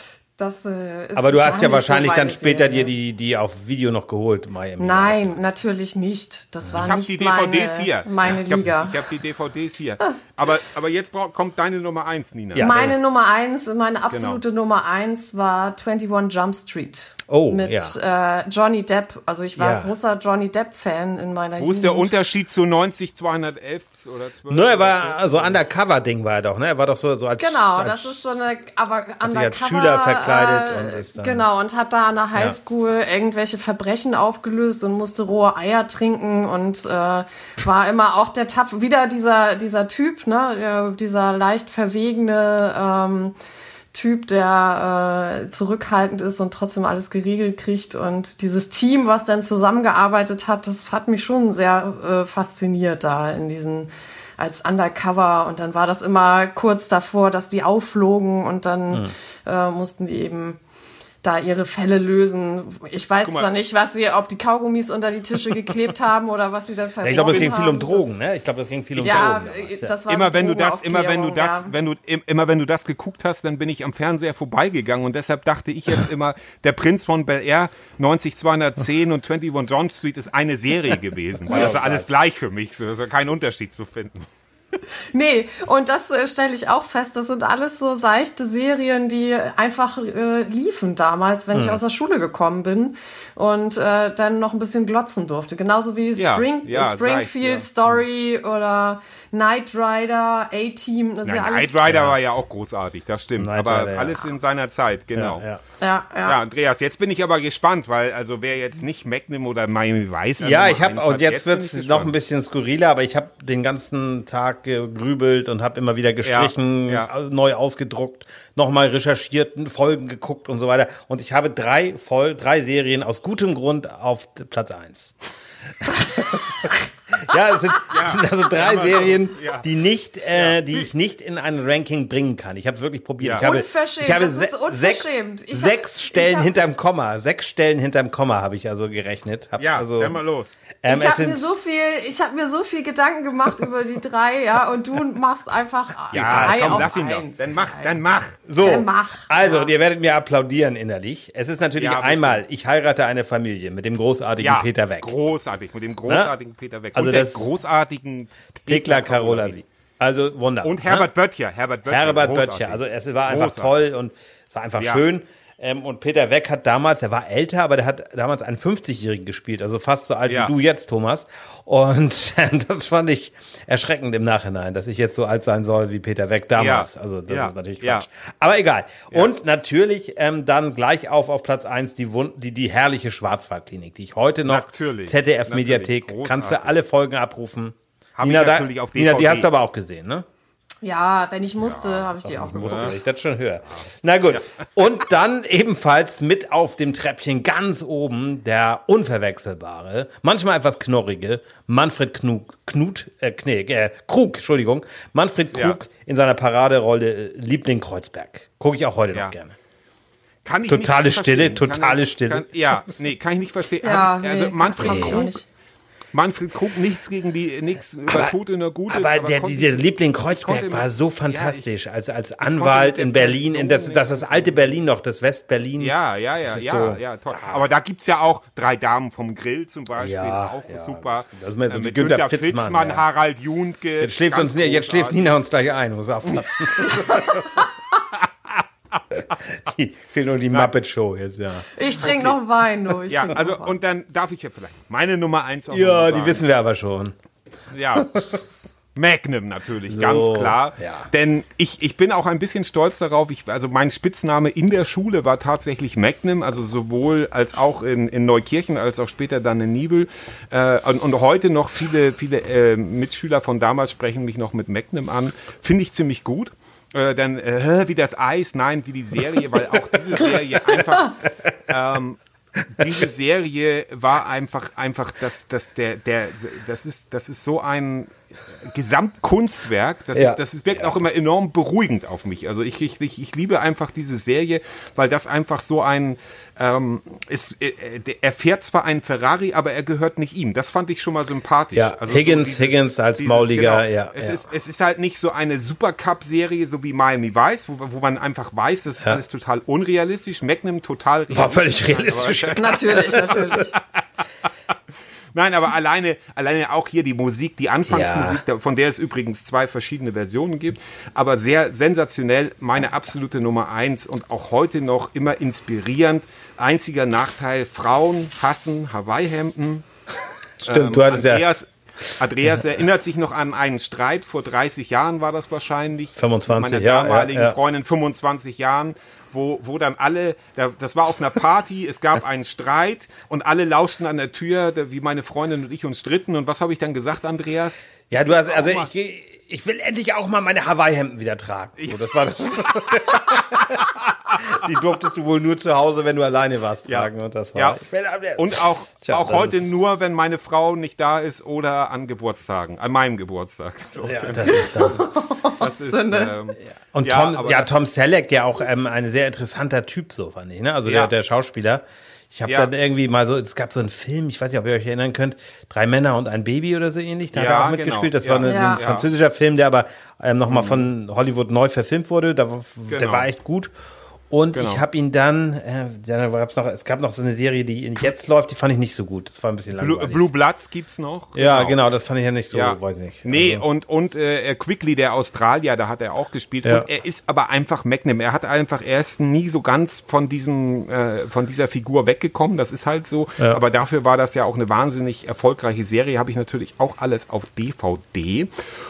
das äh, ist Aber du gar hast ja nicht wahrscheinlich so dann meine später Serie. dir die, die auf Video noch geholt, Miami. Nein, natürlich nicht. Das war Ich habe nicht die D V Ds meine, hier. meine ich hab, Liga. Ich habe die D V Ds hier. Aber, aber jetzt brauch, kommt deine Nummer eins, Nina. Ja. Meine Nummer eins, meine absolute Genau. Nummer eins war einundzwanzig Jump Street. Oh, mit ja. äh, Johnny Depp. Also ich war Ja. großer Johnny Depp-Fan in meiner Wo Jugend. ist der Unterschied zu neunzig zweihundertelf oder zwölf? Ne, er war so Undercover-Ding war er doch, ne? Er war doch so, so als Genau, als, das ist so eine, aber sich undercover, als Schüler verkleidet äh, und ist dann- genau, und hat da an der Highschool irgendwelche Verbrechen aufgelöst und musste rohe Eier trinken und äh, war immer auch der Tapf, wieder dieser dieser Typ, ne, der, dieser leicht verwegene ähm, Typ, der äh, zurückhaltend ist und trotzdem alles geregelt kriegt. Und dieses Team, was dann zusammengearbeitet hat, das hat mich schon sehr äh, fasziniert da in diesen als Undercover. Und dann war das immer kurz davor, dass die aufflogen und dann Mhm. äh, mussten die eben da ihre Fälle lösen. Ich weiß mal. zwar nicht, was sie, ob die Kaugummis unter die Tische geklebt haben oder was sie dann Ja, verborgen ich glaube, es ging viel um haben. Drogen, ne? Ich glaube, es ging viel um Ja, Drogen. damals, ja. das war Immer so wenn du das, immer wenn du das, Drogenaufklärung, wenn du im- immer wenn du das geguckt hast, dann bin ich am Fernseher vorbeigegangen und deshalb dachte ich jetzt immer, der Prinz von Bel-Air, neunzig zweihundertzehn und einundzwanzig John Street ist eine Serie gewesen, weil das ist alles gleich für mich, so ist ja kein Unterschied zu finden. Nee, und das äh, stelle ich auch fest, das sind alles so seichte Serien, die einfach äh, liefen damals, wenn ich aus der Schule gekommen bin und äh, dann noch ein bisschen glotzen durfte. Genauso wie Ja, Spring, ja, Springfield seicht, ja. Story oder Knight Rider, A-Team, das ist Nein, ja alles... Knight Rider war ja auch großartig, das stimmt, Knight aber Rider, ja. alles in seiner Zeit, genau. Ja, ja. Ja, ja. Ja, Andreas, jetzt bin ich aber gespannt, weil also wer jetzt nicht Magnum oder Miami Vice an Ja, Nummer ich habe eins und hat, jetzt bin wird's ich noch gespannt. ein bisschen skurriler, aber ich habe den ganzen Tag gegrübelt und habe immer wieder gestrichen, Ja, ja. neu ausgedruckt, nochmal recherchiert, Folgen geguckt und so weiter. Und ich habe drei Voll, drei Serien aus gutem Grund auf Platz eins. Ja, es sind, es sind also drei Ja, Serien, ja. die nicht, äh, die ich nicht in ein Ranking bringen kann. Ich habe wirklich probiert. Ja. Ich habe, Unverschämt, ich habe das ist se- unverschämt. sechs, Ich hab- sechs Stellen ich hab- hinterm Komma, sechs Stellen hinterm Komma habe ich also gerechnet. Hab Ja, also, dann mal los. ähm, Ich es habe sind- mir so viel, ich habe mir so viel Gedanken gemacht über die drei, ja, und du machst einfach Ja, drei komm, auf lass ihn eins. doch. Dann mach, dann mach. So, Dann mach, also, ja. und ihr werdet mir applaudieren innerlich. Es ist natürlich Ja, einmal, ich heirate eine Familie mit dem großartigen Ja, Peter Weck. großartig, mit dem großartigen Peter Weck Also und der das- großartigen Thekla Karolasi. Also wunderbar. Und Herbert Böttcher, Herbert Böttcher. Herbert großartig. Böttcher. Also es war einfach Großartig. toll und es war einfach Ja. schön. Ähm, und Peter Weck hat damals, er war älter, aber der hat damals einen fünfzigjährigen gespielt, also fast so alt Ja. wie du jetzt, Thomas. Und das fand ich erschreckend im Nachhinein, dass ich jetzt so alt sein soll wie Peter Weck damals. Ja. Also das Ja. ist natürlich Ja. Quatsch. Aber egal. Und natürlich ähm, dann gleich auf auf Platz eins die, Wund die, die herrliche Schwarzwaldklinik, die ich heute noch Natürlich. Z D F-Mediathek, Natürlich. kannst du Großartig. alle Folgen abrufen. Hab ich Nina, da- natürlich auf Nina, die D V D. hast du aber auch gesehen, ne? Ja, wenn ich musste, habe ich die auch Musste gemacht. ich das schon hören. Na gut. Und dann ebenfalls mit auf dem Treppchen ganz oben der unverwechselbare, manchmal etwas knorrige Manfred Knug, Knut, äh, nee, äh, Krug, Entschuldigung. Manfred Krug Ja. in seiner Paraderolle äh, Liebling Kreuzberg. Gucke ich auch heute Ja. noch gerne. Kann ich Totale nicht Stille, verstehen. Kann totale ich- Stille. Kann, ja, nee, kann ich nicht verstehen. Ja, Hab ich, also nee, Manfred kann ich auch Krug, nicht. Manfred Krug, nichts gegen die, nichts über Tod in der Gutes. Aber, der, konnte dieser ich- Liebling ich konnte Kreuzberg immer- war so Ja, fantastisch. als als konnte Anwalt mit der in Berlin, in das, Person das, das alte Berlin noch, das West-Berlin. Ja, ja, ja, Das ist ja, so- ja, toll. Aber da gibt's ja auch drei Damen vom Grill zum Beispiel, Ja, auch ja. super. Das ist mehr so Äh, wie mit Günter Günter Fitzmann, Fitzmann, ja. Harald Juntke. Jetzt schläft, ganz uns, jetzt schläft großartig. Nina uns gleich ein, muss aufpassen. die fehlt nur die Muppet Show jetzt, ja. Ich trinke noch Wein, du. Ich Ja, trink also noch Wein. und dann darf ich ja vielleicht meine Nummer eins auch Ja, noch die sagen. wissen wir aber schon. Ja. Magnum natürlich, So, ganz klar. ja. Denn ich, ich bin auch ein bisschen stolz darauf, ich, also mein Spitzname in der Schule war tatsächlich Magnum, also sowohl als auch in, in Neukirchen, als auch später dann in Nibel. Äh, und, und heute noch viele, viele äh, Mitschüler von damals sprechen mich noch mit Magnum an. Finde ich ziemlich gut. Äh, dann, äh, wie das Eis, nein, wie die Serie, weil auch diese Serie einfach... Ähm, diese Serie war einfach, einfach, das, das, der, der, das ist, das ist so ein Gesamtkunstwerk. Das, Ja. ist, das ist, wirkt auch immer enorm beruhigend auf mich. Also ich, ich, ich, ich liebe einfach diese Serie, weil das einfach so ein, ähm, ist, äh, er fährt zwar einen Ferrari, aber er gehört nicht ihm. Das fand ich schon mal sympathisch. Ja, also Higgins- Higgins als Mauliger, ja, Es, ja. Ist, es ist halt nicht so eine Supercup-Serie, so wie Miami Vice, wo, wo man einfach weiß, das ist Ja. alles total unrealistisch. Magnum total realistisch. War völlig realistisch. Natürlich, natürlich. Nein, aber alleine, alleine auch hier die Musik, die Anfangsmusik, Ja. von der es übrigens zwei verschiedene Versionen gibt, aber sehr sensationell, meine absolute Nummer eins und auch heute noch immer inspirierend. Einziger Nachteil, Frauen hassen Hawaii-Hemden. Stimmt, du hattest ja Andreas, Andreas erinnert sich noch an einen Streit, vor dreißig Jahren war das wahrscheinlich. fünfundzwanzig, meiner ja, damaligen ja, ja. Freundin, fünfundzwanzig Jahren, wo, wo dann alle, da, das war auf einer Party, es gab einen Streit und alle lauschten an der Tür, da, wie meine Freundin und ich uns stritten. Und was habe ich dann gesagt, Andreas? Ja, du hast, also Auch ich, ich will endlich auch mal meine Hawaii-Hemden wieder tragen. So, das war das. Die durftest du wohl nur zu Hause, wenn du alleine warst, Ja. tragen. Und das war. Ja. Ich will, Und auch, Tja, auch das heute ist- nur, wenn meine Frau nicht da ist oder an Geburtstagen, an meinem Geburtstag. So, Ja, das ist dann. das ist, Sünde. ähm, Und Ja, Tom, aber ja, das Tom ist- Selleck, ja auch ähm, ein sehr interessanter Typ, so fand ich, ne? Also Ja. der, der Schauspieler. Ich habe Ja. dann irgendwie mal so, es gab so einen Film, ich weiß nicht, ob ihr euch erinnern könnt, Drei Männer und ein Baby oder so ähnlich, da Ja, hat er auch genau. mitgespielt. Das Ja. war eine, Ja. ein französischer Film, der aber ähm, nochmal von Hollywood neu verfilmt wurde. Der, war- der Genau. war echt gut. Und Genau. ich habe ihn dann, äh, dann gab's noch, es gab noch so eine Serie, die jetzt läuft, die fand ich nicht so gut. Das war ein bisschen Blue, langweilig. Blue Bloods gibt's noch. ja, genau, das fand ich ja nicht so, Ja. weiß nicht. Nee, Also, und, und äh, Quickly, der Australier, da hat er auch gespielt. Ja. Und er ist aber einfach Magnum. Er hat einfach, er ist nie so ganz von diesem, äh, von dieser Figur weggekommen. Das ist halt so. Ja. Aber dafür war das ja auch eine wahnsinnig erfolgreiche Serie. Habe ich natürlich auch alles auf D V D.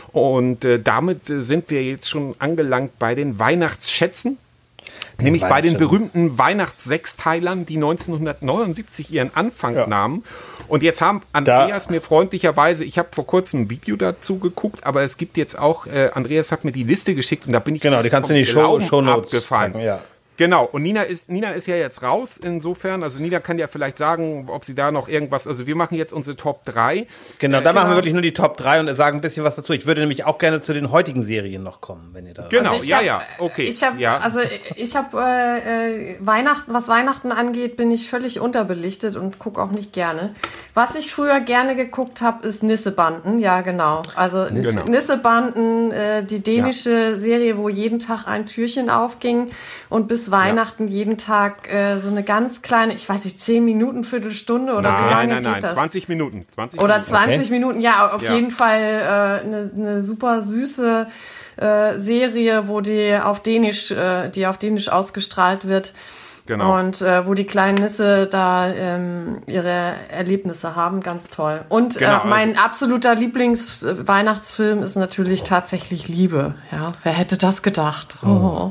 Und äh, damit äh, sind wir jetzt schon angelangt bei den Weihnachtsschätzen. Nämlich bei den Weihnachtsschätzen. berühmten Weihnachtssechsteilern, die neunzehnhundertneunundsiebzig ihren Anfang Ja. nahmen. Und jetzt haben Andreas mir freundlicherweise, ich habe vor kurzem ein Video dazu geguckt, aber es gibt jetzt auch, äh, Andreas hat mir die Liste geschickt und da bin ich Genau, fast die kannst du vom in die Show, Glauben Shownotes abgefallen. packen, ja. Genau, und Nina ist, Nina ist ja jetzt raus insofern, also Nina kann ja vielleicht sagen, ob sie da noch irgendwas, also wir machen jetzt unsere Top drei. Genau, da machen wir wirklich nur die Top drei und sagen ein bisschen was dazu. Ich würde nämlich auch gerne zu den heutigen Serien noch kommen, wenn ihr da. Genau, Also ich ja, hab- ja, okay. Ich habe, ja. also ich habe äh, äh, Weihnachten, was Weihnachten angeht, bin ich völlig unterbelichtet und gucke auch nicht gerne. Was ich früher gerne geguckt habe, ist Nissebanden. Ja, genau. Also Genau. Nissebanden, äh, die dänische Serie, wo jeden Tag ein Türchen aufging und bis Weihnachten jeden Tag äh, so eine ganz kleine, ich weiß nicht, zehn Minuten, Viertelstunde oder wie Nein, lange nein, geht nein, das? zwanzig Minuten. zwanzig Oder Minuten. zwanzig Minuten, ja, auf Ja. jeden Fall äh, eine, eine super süße äh, Serie, wo die auf Dänisch, äh, die auf Dänisch ausgestrahlt wird. Genau. Und äh, wo die kleinen Nisse da ähm, ihre Erlebnisse haben, ganz toll. Und Genau, äh, mein absoluter Lieblings-Weihnachtsfilm ist natürlich tatsächlich Liebe. Ja, wer hätte das gedacht? Oh.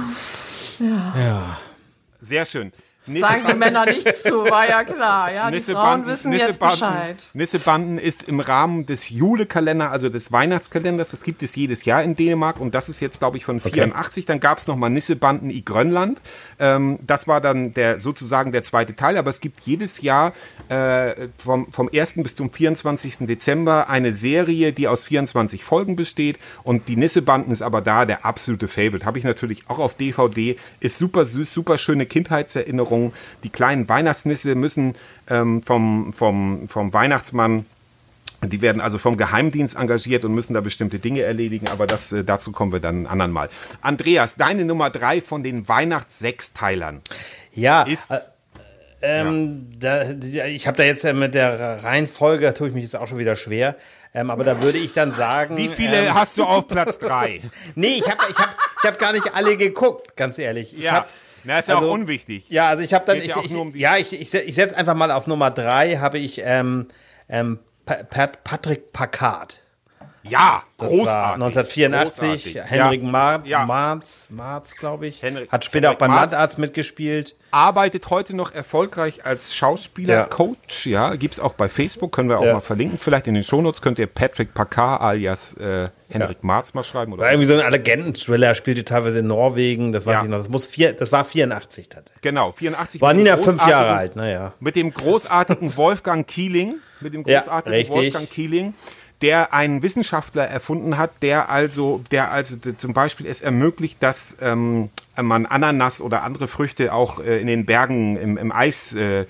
Ja. Sehr schön. Sagen die Männer nichts zu, war ja klar. Ja, die Frauen wissen jetzt Bescheid. Nissebanden ist im Rahmen des Jule-Kalender, also des Weihnachtskalenders, das gibt es jedes Jahr in Dänemark und das ist jetzt, glaube ich, von vierundachtzig. Dann gab es nochmal Nissebanden i Grönland. Ähm, das war dann der sozusagen der zweite Teil, aber es gibt jedes Jahr äh, vom, vom ersten bis zum vierundzwanzigsten Dezember eine Serie, die aus vierundzwanzig Folgen besteht und die Nissebanden ist aber da der absolute Favorite. Habe ich natürlich auch auf D V D, ist super süß, super schöne Kindheitserinnerung. Die kleinen Weihnachtsnisse müssen ähm, vom, vom, vom Weihnachtsmann, die werden also vom Geheimdienst engagiert und müssen da bestimmte Dinge erledigen, aber das, äh, dazu kommen wir dann ein andern Mal. Andreas, deine Nummer drei von den Weihnachtssechsteilern. Ja, Ist- äh, ähm, da, die- ich habe da jetzt äh, mit der Reihenfolge, da tue ich mich jetzt auch schon wieder schwer. Ähm, aber da würde ich dann sagen. Wie viele Ähm, hast du auf Platz drei? nee, ich habe ich hab, ich hab gar nicht alle geguckt, ganz ehrlich. Ich Ja, hab, na, ist ja also- auch unwichtig. Ja, also ich habe dann, geht ich, ja auch ich, nur um die- ja, ich, ich, ich setze einfach mal auf Nummer drei, habe ich ähm, ähm, Pa- Pat, Patrick Packard. Ja, Das großartig. war neunzehnhundertvierundachtzig, Großartig. Henrik ja. Marz, Ja. Marz, Marz glaube ich. Henrik- Hat später Henrik auch beim Marz. Landarzt mitgespielt. Arbeitet heute noch erfolgreich als Schauspieler, Ja. Coach, ja, gibt's auch bei Facebook, können wir auch Ja. mal verlinken. Vielleicht in den Shownotes könnt ihr Patrick Packard alias äh, Henrik Marz mal schreiben. Oder War irgendwie so ein Agenten-Thriller, spielte teilweise in Norwegen, das weiß Ja. ich noch. Das muss vier, das war vierundachtzig tatsächlich. Genau, vierundachtzig. War mit dem Nina fünf großartigen- Jahre alt, naja. Mit dem großartigen Wolfgang Kieling, mit dem Ja, großartigen richtig. Wolfgang Kieling, der einen Wissenschaftler erfunden hat, der also, der also d- zum Beispiel es ermöglicht, dass ähm, man Ananas oder andere Früchte auch äh, in den Bergen im, im Eis äh,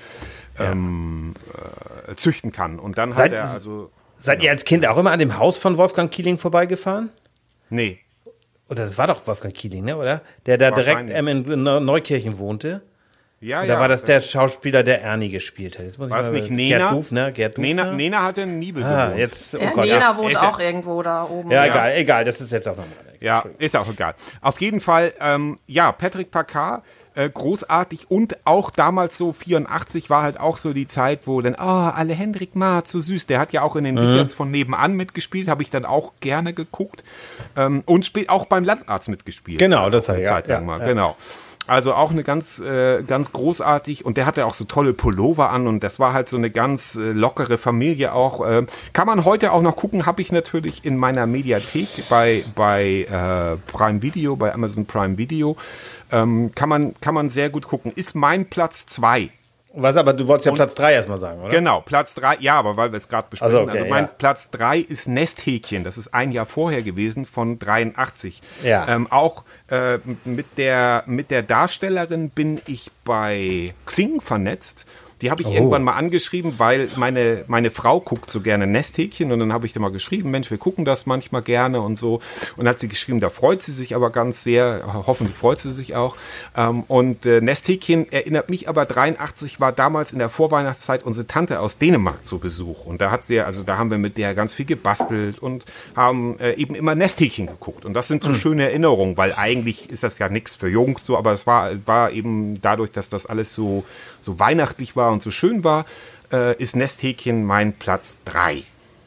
ähm, äh, züchten kann. Und dann Seid- hat er also, Seid ihr als Kind auch immer an dem Haus von Wolfgang Kieling vorbeigefahren? nee, Oder das war doch Wolfgang Kieling, ne, oder? Der da direkt Wahrscheinlich. ähm, in Neu- Neukirchen wohnte. Ja, Da ja. war das, der Schauspieler, der Ernie gespielt hat. Jetzt muss War ich es mal- nicht Nena? Gerd Dufner, Gerd Dufner. Nena, Nena hatte einen Nibel Ah, gewohnt. jetzt, oh Ja, Gott, Nena ja. wohnt ist auch ja- irgendwo da oben. Ja, Ja. egal, egal, das ist jetzt auch nochmal. Ja, ist auch egal. Auf jeden Fall, ähm, ja, Patrick Packard, äh, großartig und auch damals so vierundachtzig war halt auch so die Zeit, wo dann, ah, alle Hendrik Maat, so süß, der hat ja auch in den Mhm. Richards von nebenan mitgespielt, habe ich dann auch gerne geguckt ähm, und spielt auch beim Landarzt mitgespielt. Genau, das eine hat er, Zeit ja, lang ja, mal, ja. genau. Also auch eine ganz, äh, ganz großartig und der hatte auch so tolle Pullover an und das war halt so eine ganz äh, lockere Familie auch. Äh, kann man heute auch noch gucken, habe ich natürlich in meiner Mediathek bei, bei äh, Prime Video, bei Amazon Prime Video. Ähm, kann man, kann man sehr gut gucken. Ist mein Platz zwei. Was, aber du wolltest ja Platz drei erstmal sagen, oder? Genau, Platz drei, ja, aber weil wir es gerade besprechen. Also, okay, also mein ja. Platz drei ist Nesthäkchen. Das ist ein Jahr vorher gewesen, von dreiundachtzig. Ja. Ähm, auch äh, mit, der, mit der Darstellerin bin ich bei Xing vernetzt. Die habe ich Oh. irgendwann mal angeschrieben, weil meine, meine Frau guckt so gerne Nesthäkchen und dann habe ich da mal geschrieben, Mensch, wir gucken das manchmal gerne und so. Und dann hat sie geschrieben, da freut sie sich aber ganz sehr, hoffentlich freut sie sich auch. Ähm, und äh, Nesthäkchen erinnert mich aber, dreiundachtzig war damals in der Vorweihnachtszeit unsere Tante aus Dänemark zu Besuch. Und da hat sie, also da haben wir mit der ganz viel gebastelt und haben äh, eben immer Nesthäkchen geguckt. Und das sind so schöne Erinnerungen, weil eigentlich ist das ja nichts für Jungs so, aber es war, war eben dadurch, dass das alles so, so weihnachtlich war und so schön war, äh, ist Nesthäkchen mein Platz drei.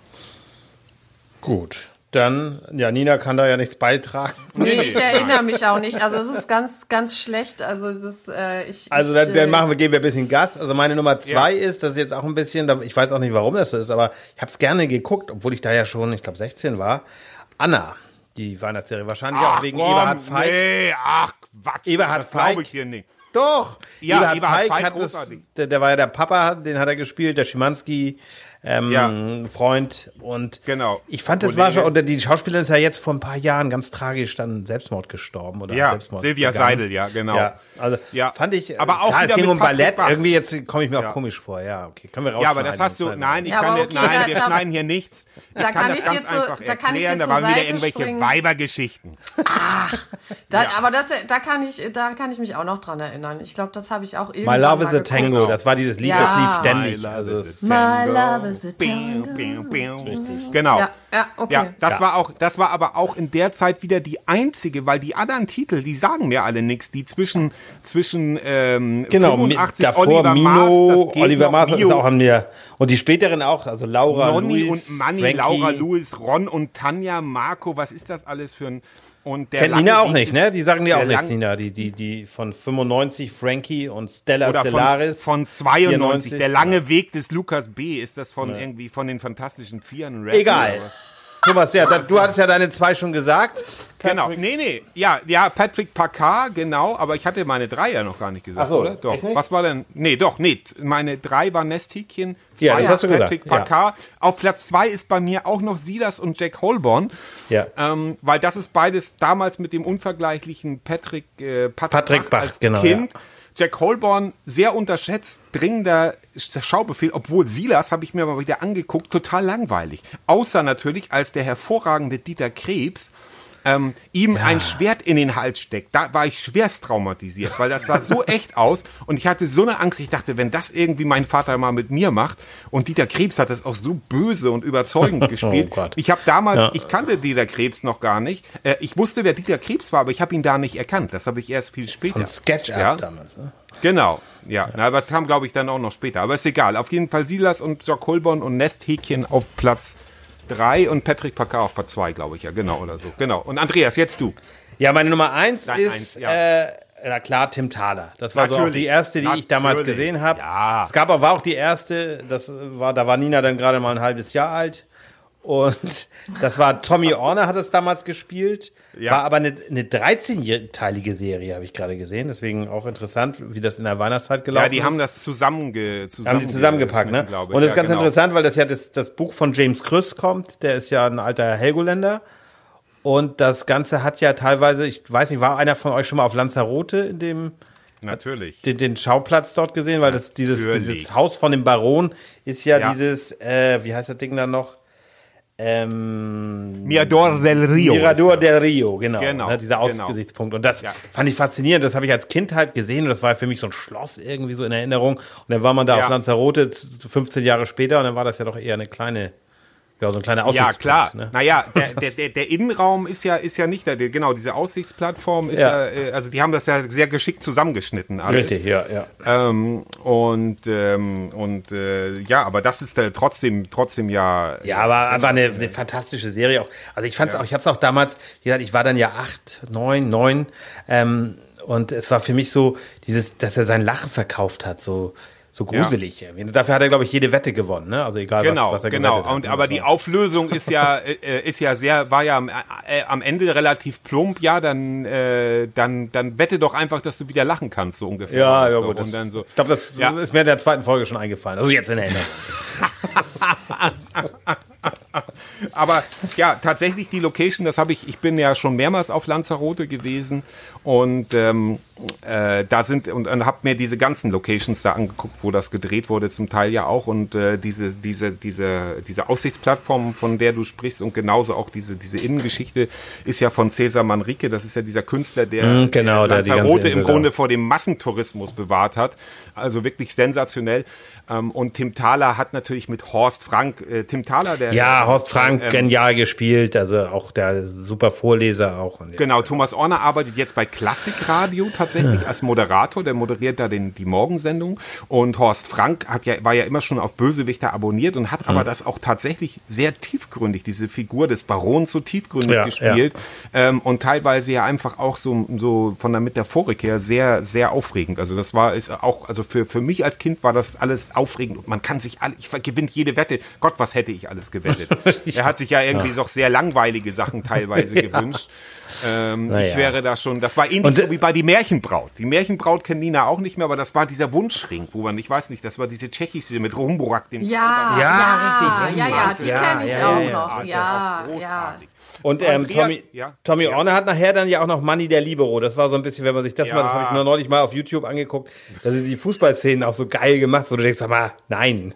Gut. Dann, ja, Nina kann da ja nichts beitragen. Nee, nee, ich nein. erinnere mich auch nicht. Also es ist ganz, ganz schlecht. Also das, äh, ich. Also ich, dann, dann äh, machen wir, geben wir ein bisschen Gas. Also meine Nummer zwei Ja. ist, das ist jetzt auch ein bisschen, da- ich weiß auch nicht, warum das so ist, aber ich habe es gerne geguckt, obwohl ich da ja schon, ich glaube, sechzehn war. Anna, die Weihnachtsserie, wahrscheinlich auch wegen komm, Eberhard Feig. Nee, ach Quatsch. Eberhard das glaube Feig. ich dir nicht. Doch! Ja, Eberhard, Eberhard Feig, Feig, hat das, großartig. der, der war ja der Papa, den hat er gespielt, der Schimanski. Ähm, Ja. Freund und Genau. ich fand, das Kollege. war schon, oder die Schauspielerin ist ja jetzt vor ein paar Jahren ganz tragisch dann Selbstmord gestorben oder Ja, hat Selbstmord Silvia begangen. Seidel, ja, genau. Ja, also Ja. fand ich, Aber auch klar, es wieder ging mit um Patrick Ballett, Bach. irgendwie jetzt komme ich mir auch Ja. komisch vor, ja, okay, können wir raus. Ja, aber das hast du, nein, ich Ja, kann aber dir, okay, nein, da- wir da- schneiden hier nichts. Ich da kann das ich ganz dir zu- einfach da kann ich dir erklären. Da zur waren wieder Seite irgendwelche springen. Weibergeschichten. Da, Ja. Aber das, da kann ich, da kann ich mich auch noch dran erinnern. Ich glaube, das habe ich auch irgendwann My Love mal is a geguckt. Tango, das war dieses Lied, Ja. das lief My ständig. love Also, is es- a My tango. love is a Bing, tango. bing, bing. Richtig. Genau. Ja, ja, okay. Ja, das Ja. war auch, das war aber auch in der Zeit wieder die einzige, weil die anderen Titel, die sagen mir alle nichts, die zwischen, zwischen, ähm, Genau, mi- fünfundachtzig davor Oliver Mino, Maas, das geht Oliver noch, Maas ist Mio, auch an mir. Und die späteren auch, also Laura, Nonny Louis, und Manny, Frankie. Laura Lewis, Ron und Tanja, Marco, was ist das alles für ein, und der Kennt lange Nina auch Weg nicht, ist- ne? Die sagen dir der auch nichts, lang- Nina. Die, die, die von fünfundneunzig, Frankie und Stella Oder Stellaris. von, von zweiundneunzig, vierundneunzig. der lange Weg des Lukas B. Ist das von irgendwie von den Fantastischen Vieren? Rap Egal. oder was? Thomas, ja, da, du hattest ja deine zwei schon gesagt. Genau, nee, nee, ja, ja, Patrick Packard, genau, aber ich hatte meine drei ja noch gar nicht gesagt, Ach so, oder? Doch, echt nicht? was war denn? Nee, doch, nee, meine drei war Nesthäkchen, zwei Ja, das hast du gesagt, Patrick ja. Packard. Auf Platz zwei ist bei mir auch noch Silas und Jack Holborn, Ja. ähm, weil das ist beides damals mit dem unvergleichlichen Patrick, äh, Patrick, Patrick Bach, als genau, Kind. ja. Jack Holborn, sehr unterschätzt, dringender Schaubefehl, obwohl Silas, habe ich mir mal wieder angeguckt, total langweilig. Außer natürlich, als der hervorragende Dieter Krebs ähm, ihm ein Schwert in den Hals steckt. Da war ich schwerst traumatisiert, weil das sah so echt aus und ich hatte so eine Angst. Ich dachte, wenn das irgendwie mein Vater mal mit mir macht und Dieter Krebs hat das auch so böse und überzeugend gespielt. Oh Gott. Ich habe damals, Ja. ich kannte Dieter Krebs noch gar nicht. Äh, ich wusste, wer Dieter Krebs war, aber ich habe ihn da nicht erkannt. Das habe ich erst viel später. Von SketchUp Ja. damals. Ne? Genau, ja. Na, aber es kam, glaube ich, dann auch noch später. Aber ist egal. Auf jeden Fall Silas und Jack Holborn und Nesthäkchen auf Platz drei und Patrick Packard auf Platz zwei, glaube ich, ja, genau, oder so. Genau. Und Andreas, jetzt du. Ja, meine Nummer eins Dein ist, Eins, ja. äh, na klar, Tim Thaler. Das war so auch Natürlich. die erste, die ich damals Natürlich. gesehen habe. Ja. Es gab aber war auch die erste, das war, da war Nina dann gerade mal ein halbes Jahr alt. Und das war Tommy Orner hat es damals gespielt. Ja. War aber eine, eine dreizehnteilige Serie, habe ich gerade gesehen. Deswegen auch interessant, wie das in der Weihnachtszeit gelaufen Ja, die ist. haben das zusammenge, zusammenge Haben die zusammengepackt, ne? glaube ich. Und das Ja, ist ganz genau. interessant, weil das ja das, das Buch von James Krüss kommt. Der ist ja ein alter Helgoländer. Und das Ganze hat ja teilweise, ich weiß nicht, war einer von euch schon mal auf Lanzarote in dem, Natürlich. den, den Schauplatz dort gesehen? Weil das, dieses, Natürlich. dieses Haus von dem Baron ist ja, Ja. dieses, äh, wie heißt das Ding dann noch? ähm, Mirador del Rio. Mirador del Rio, genau. Genau, Ne, dieser genau. Aussichtspunkt. Und das Ja. fand ich faszinierend. Das habe ich als Kind halt gesehen und das war für mich so ein Schloss irgendwie so in Erinnerung. Und dann war man da Ja. auf Lanzarote fünfzehn Jahre später und dann war das ja doch eher eine kleine, ja, so ein kleiner Ja, Aussichtspunkt. klar. Ne? Naja, der, der, der, der Innenraum ist ja, ist ja nicht da. Der, genau, diese Aussichtsplattform ist ja. Ja. ja, also die haben das ja sehr geschickt zusammengeschnitten alles. Richtig, ja, ja. Ähm, und ähm, und äh, ja, aber das ist äh, trotzdem, trotzdem ja. Ja, aber einfach eine, eine fantastische Serie auch. Also ich fand's Ja. auch, ich habe es auch damals, wie gesagt, ich war dann ja acht, neun, neun, ähm, und es war für mich so dieses, dass er sein Lachen verkauft hat, so so gruselig. Ja. Dafür hat er, glaube ich, jede Wette gewonnen, ne? Also egal, Genau, was, was er genau. gewettet hat. Und aber die Auflösung ist ja äh, ist ja sehr, war ja am, äh, am Ende relativ plump. Ja, dann äh, dann dann wette doch einfach, dass du wieder lachen kannst, so ungefähr. Ja, war das ja doch. gut. Das, Und dann so. ich glaube, das Ja. ist mir in der zweiten Folge schon eingefallen. Also jetzt in Erinnerung. Aber ja, tatsächlich die Location, das habe ich, ich bin ja schon mehrmals auf Lanzarote gewesen und ähm, äh, da sind und, und habe mir diese ganzen Locations da angeguckt, wo das gedreht wurde, zum Teil ja auch und äh, diese diese diese diese Aussichtsplattform, von der du sprichst und genauso auch diese diese Innengeschichte ist ja von Cesar Manrique, das ist ja dieser Künstler, der, Mm, genau, der der die ganze Lanzarote Insel im Grunde da. vor dem Massentourismus bewahrt hat, also wirklich sensationell. Ähm, und Tim Thaler hat natürlich mit Horst Frank, äh, Tim Thaler, der Ja, Horst Frank, ähm, genial gespielt. Also auch der super Vorleser auch. Und ja. Genau, Thomas Orner arbeitet jetzt bei Klassikradio tatsächlich als Moderator, der moderiert da den, die Morgensendung und Horst Frank hat ja, war ja immer schon auf Bösewichter abonniert und hat aber das auch tatsächlich sehr tiefgründig, diese Figur des Barons so tiefgründig Ja, gespielt ähm, und teilweise ja einfach auch so, so von der Metaphorik her sehr, sehr aufregend. Also das war, ist auch, also für, für mich als Kind war das alles aufregend und man kann sich alle, ich gewinnt jede Wette. Gott, was hätte ich alles gewettet? Er hat sich ja irgendwie doch sehr langweilige Sachen teilweise gewünscht. Ähm, Naja. Ich wäre da schon, das war ähnlich Und, so wie bei Die Märchenbraut. Die Märchenbraut kennt Nina auch nicht mehr, aber das war dieser Wunschring, wo man, ich weiß nicht, das war diese tschechische mit Rumburak, dem Ja, Ja, ja, richtig. ja, ja, die Ja, kenne ich ja, auch ja, noch. Großartig, Ja, auch ja. großartig. Und ähm, Andreas- Tommy, ja, Tommy ja. Orner hat nachher dann ja auch noch Manni der Libero. Das war so ein bisschen, wenn man sich das Ja. mal, das habe ich mir neulich mal auf YouTube angeguckt, da sind die Fußballszenen auch so geil gemacht, wo du denkst, sag mal, nein,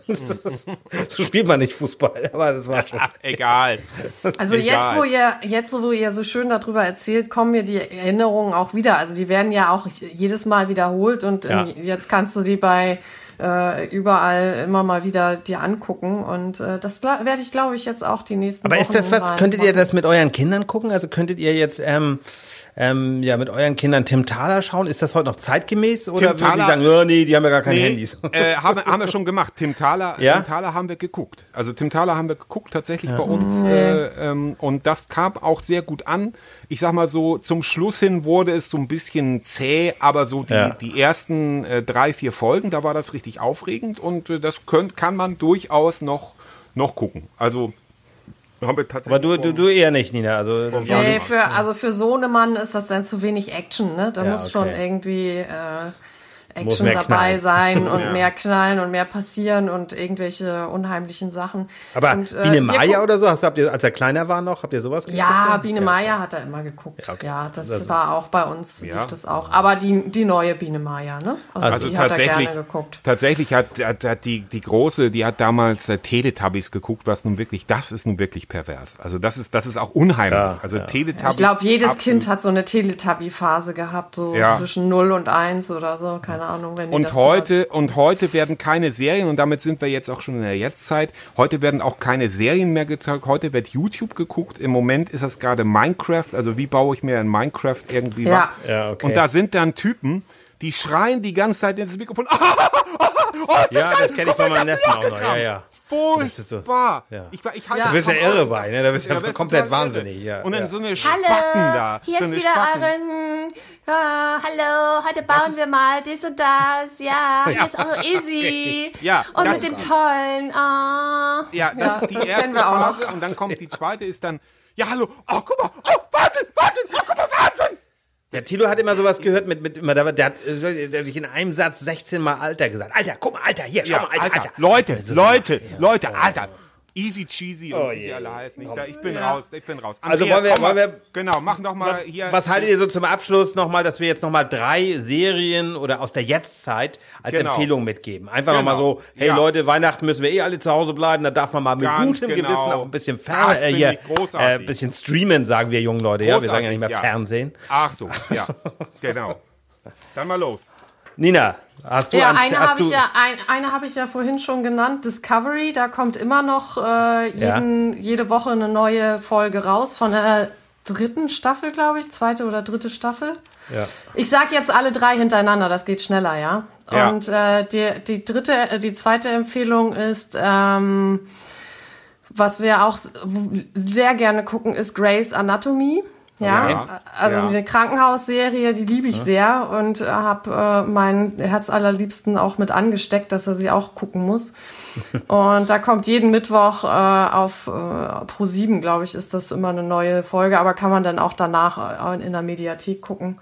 so spielt man nicht Fußball. Aber das war schon. Egal. Also Egal. jetzt, wo ihr, jetzt, wo ihr so schön darüber erzählt, kommen mir die Erinnerungen auch wieder. Also die werden ja auch jedes Mal wiederholt und Ja. ähm, jetzt kannst du die bei äh, überall immer mal wieder dir angucken und äh, das gla- werde ich, glaube ich, jetzt auch die nächsten Aber Wochen ist das was, mal könntet ihr machen. das mit euren Kindern gucken? Also könntet ihr jetzt ähm, ähm, ja mit euren Kindern Tim Thaler schauen? Ist das heute noch zeitgemäß? Oder würden die Thaler- sagen, oh, nee, die haben ja gar keine Nee, Handys? äh, haben, haben wir schon gemacht. Tim Thaler, Ja? Tim Thaler haben wir geguckt. Also Tim Thaler haben wir geguckt tatsächlich bei uns äh, ähm, und das kam auch sehr gut an. Ich sag mal so, zum Schluss hin wurde es so ein bisschen zäh, aber so die, Ja. die ersten äh, drei, vier Folgen, da war das richtig aufregend und äh, das könnt, kann man durchaus noch, noch gucken. Also haben wir tatsächlich. Aber du, du, du eher nicht, Nina. Also, ja, Nee, für, also für Sohnemann ist das dann zu wenig Action, ne? Da Ja, muss okay. schon irgendwie äh, Muss Action mehr dabei knallen. sein und mehr knallen und mehr passieren und irgendwelche unheimlichen Sachen. aber und, äh, Biene wir Maya gucken- oder so, hast du, habt ihr, als er kleiner war noch, habt ihr sowas geguckt? Ja, dann? Biene Maya hat er immer geguckt. Ja, okay. das, Das ist- war auch bei uns, Ja. lief das auch. Aber die, die neue Biene Maya, ne? Also die hat er tatsächlich, gerne geguckt. tatsächlich hat, hat, hat die, die große, die hat damals äh, Teletubbies geguckt, was nun wirklich, das ist nun wirklich pervers. Also das ist, das ist auch unheimlich. Ja, also ja. Teletubbies. Ich glaube, jedes absolut. Kind hat so eine Teletubby-Phase gehabt, so Ja. zwischen null und eins oder so, keine Ahnung. Wenn die Und das heute, und heute werden keine Serien, und damit sind wir jetzt auch schon in der Jetztzeit, heute werden auch keine Serien mehr gezeigt, heute wird YouTube geguckt. Im Moment ist das gerade Minecraft, also wie baue ich mir in Minecraft irgendwie Ja. was. Ja, okay. Und da sind dann Typen, die schreien die ganze Zeit ins Mikrofon. Ah, ah, ah, oh, Ja, geil. das kenne ich Guck von mal, meinem ich Neffen hab auch noch. Lockekram. Ja, ja. Furchtbar. Das ist so- ja. Ich, war- ich halte Ja. Du bist ja vom irre Außen. bei, ne? Da bist du ja bist komplett total irre. wahnsinnig. Ja, Und dann ja. so eine Spacken da. Hier so ist eine wieder Spacken. euren. Ja, hallo, heute bauen wir mal dies und das. Ja, hier ist auch Easy. Ja, und das mit dem ist- Tollen. Oh. Ja, das Ja, ist die das erste kennen wir auch noch. Phase und dann kommt die zweite, ist dann, ja, hallo, oh, guck mal, oh, Wahnsinn, Wahnsinn, oh, guck mal, Wahnsinn. Der Tilo hat immer sowas gehört mit, mit immer, der, der, hat, äh, der hat sich in einem Satz sechzehn Mal Alter gesagt. Alter, guck mal, Alter, hier, schau Ja, mal, Alter, Alter. Leute, Das ist so- Leute, ja, Leute, ja. Alter, Easy Cheesy und Oh wie sie je. alle heißen. Ich, da, ich bin Ja. raus, ich bin raus. Also Andreas, wollen wir- komm mal, wollen wir- genau, mach noch mal hier. Was haltet ihr so zum Abschluss nochmal, dass wir jetzt nochmal drei Serien oder aus der Jetztzeit als Genau. Empfehlung mitgeben? Einfach Genau. nochmal so, hey Ja. Leute, Weihnachten müssen wir eh alle zu Hause bleiben, da darf man mal mit Ganz gutem genau. Gewissen auch ein bisschen fern, Das äh, finde hier, ich großartig. äh, bisschen streamen, sagen wir jungen Leute, ja, wir sagen ja nicht mehr Großartig, ja. Fernsehen. Ach so, ja, genau. Dann mal los. Nina, hast du Ja, ein- eine hast habe du, ich ja, ein, eine habe ich ja vorhin schon genannt, Discovery. Da kommt immer noch äh, jeden, jede Woche eine neue Folge raus von der dritten Staffel, glaube ich, zweite oder dritte Staffel. Ja. Ich sag jetzt alle drei hintereinander, das geht schneller, ja. Ja. Und äh, die, die dritte, äh, die zweite Empfehlung ist, ähm, was wir auch sehr gerne gucken, ist Grey's Anatomy. Ja, Ja, also ja. eine Krankenhausserie, die liebe ich sehr und äh, habe äh, meinen Herzallerliebsten auch mit angesteckt, dass er sie auch gucken muss. Und da kommt jeden Mittwoch äh, auf äh, Pro sieben, glaube ich, ist das immer eine neue Folge, aber kann man dann auch danach äh, in der Mediathek gucken.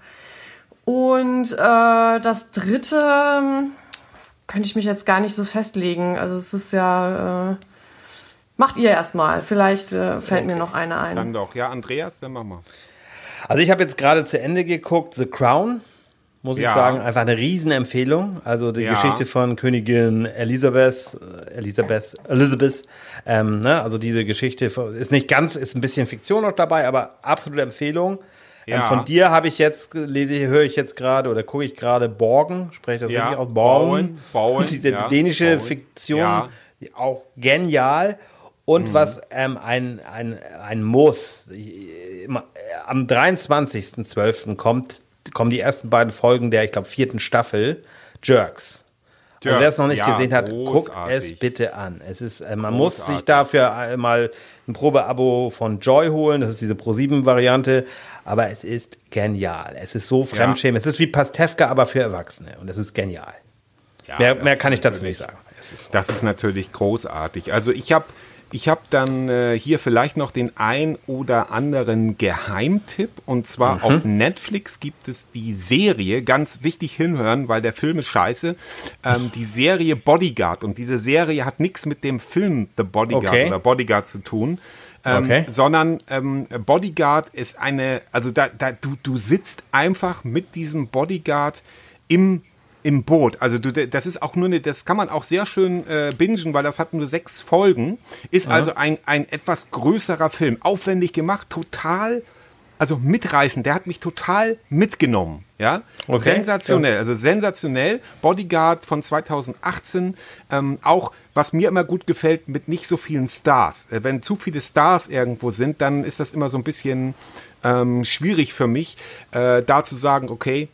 Und äh, das dritte ähm, könnte ich mich jetzt gar nicht so festlegen. Also es ist ja, äh, macht ihr erstmal. Vielleicht äh, fällt mir noch eine ein. Dann doch. Ja, Andreas, dann mach mal. Also ich habe jetzt gerade zu Ende geguckt, The Crown, muss ich Ja. sagen, einfach eine Riesenempfehlung. Also die Ja. Geschichte von Königin Elisabeth, äh, Elisabeth, Elizabeth, ähm, ne? Also diese Geschichte ist nicht ganz, ist ein bisschen Fiktion noch dabei, aber absolute Empfehlung. Ja. Ähm, von dir habe ich jetzt, lese ich, höre ich jetzt gerade oder gucke ich gerade Borgen, spreche ich das Ja. richtig aus? Borgen, Borgen, Diese ja. dänische Borgen. Fiktion, Ja. die auch genial. Und was ähm, ein, ein, ein Muss, immer, äh, am dreiundzwanzigsten zwölften kommt, kommen die ersten beiden Folgen der, ich glaube, vierten Staffel, Jerks. Also wer es noch nicht ja, gesehen hat, guckt großartig. es bitte an. Es ist, äh, man muss Großartig. sich dafür einmal ein Probeabo von Joy holen, das ist diese Pro sieben Variante, aber es ist genial. Es ist so Fremdschämen. Es ist wie Pastewka, aber für Erwachsene und es ist genial. Ja, mehr das mehr ist kann ich dazu natürlich- nicht sagen. Es ist so. Das ist natürlich großartig. Also ich habe ich hab dann äh, hier vielleicht noch den ein oder anderen Geheimtipp. Und zwar auf Netflix gibt es die Serie, ganz wichtig hinhören, weil der Film ist scheiße, ähm, die Serie Bodyguard. Und diese Serie hat nichts mit dem Film The Bodyguard Okay. oder Bodyguard zu tun. Ähm, Okay. Sondern ähm, Bodyguard ist eine, also da, da du, du sitzt einfach mit diesem Bodyguard im im Boot. Also du, das ist auch nur eine, das kann man auch sehr schön äh, bingen, weil das hat nur sechs Folgen. Ist also ein, ein etwas größerer Film. Aufwendig gemacht, total, also mitreißend. Der hat mich total mitgenommen. Ja, Okay. sensationell. Also sensationell. Bodyguard von zweitausendachtzehn. Ähm, auch, was mir immer gut gefällt, mit nicht so vielen Stars. Äh, wenn zu viele Stars irgendwo sind, dann ist das immer so ein bisschen ähm, schwierig für mich, äh, da zu sagen, okay,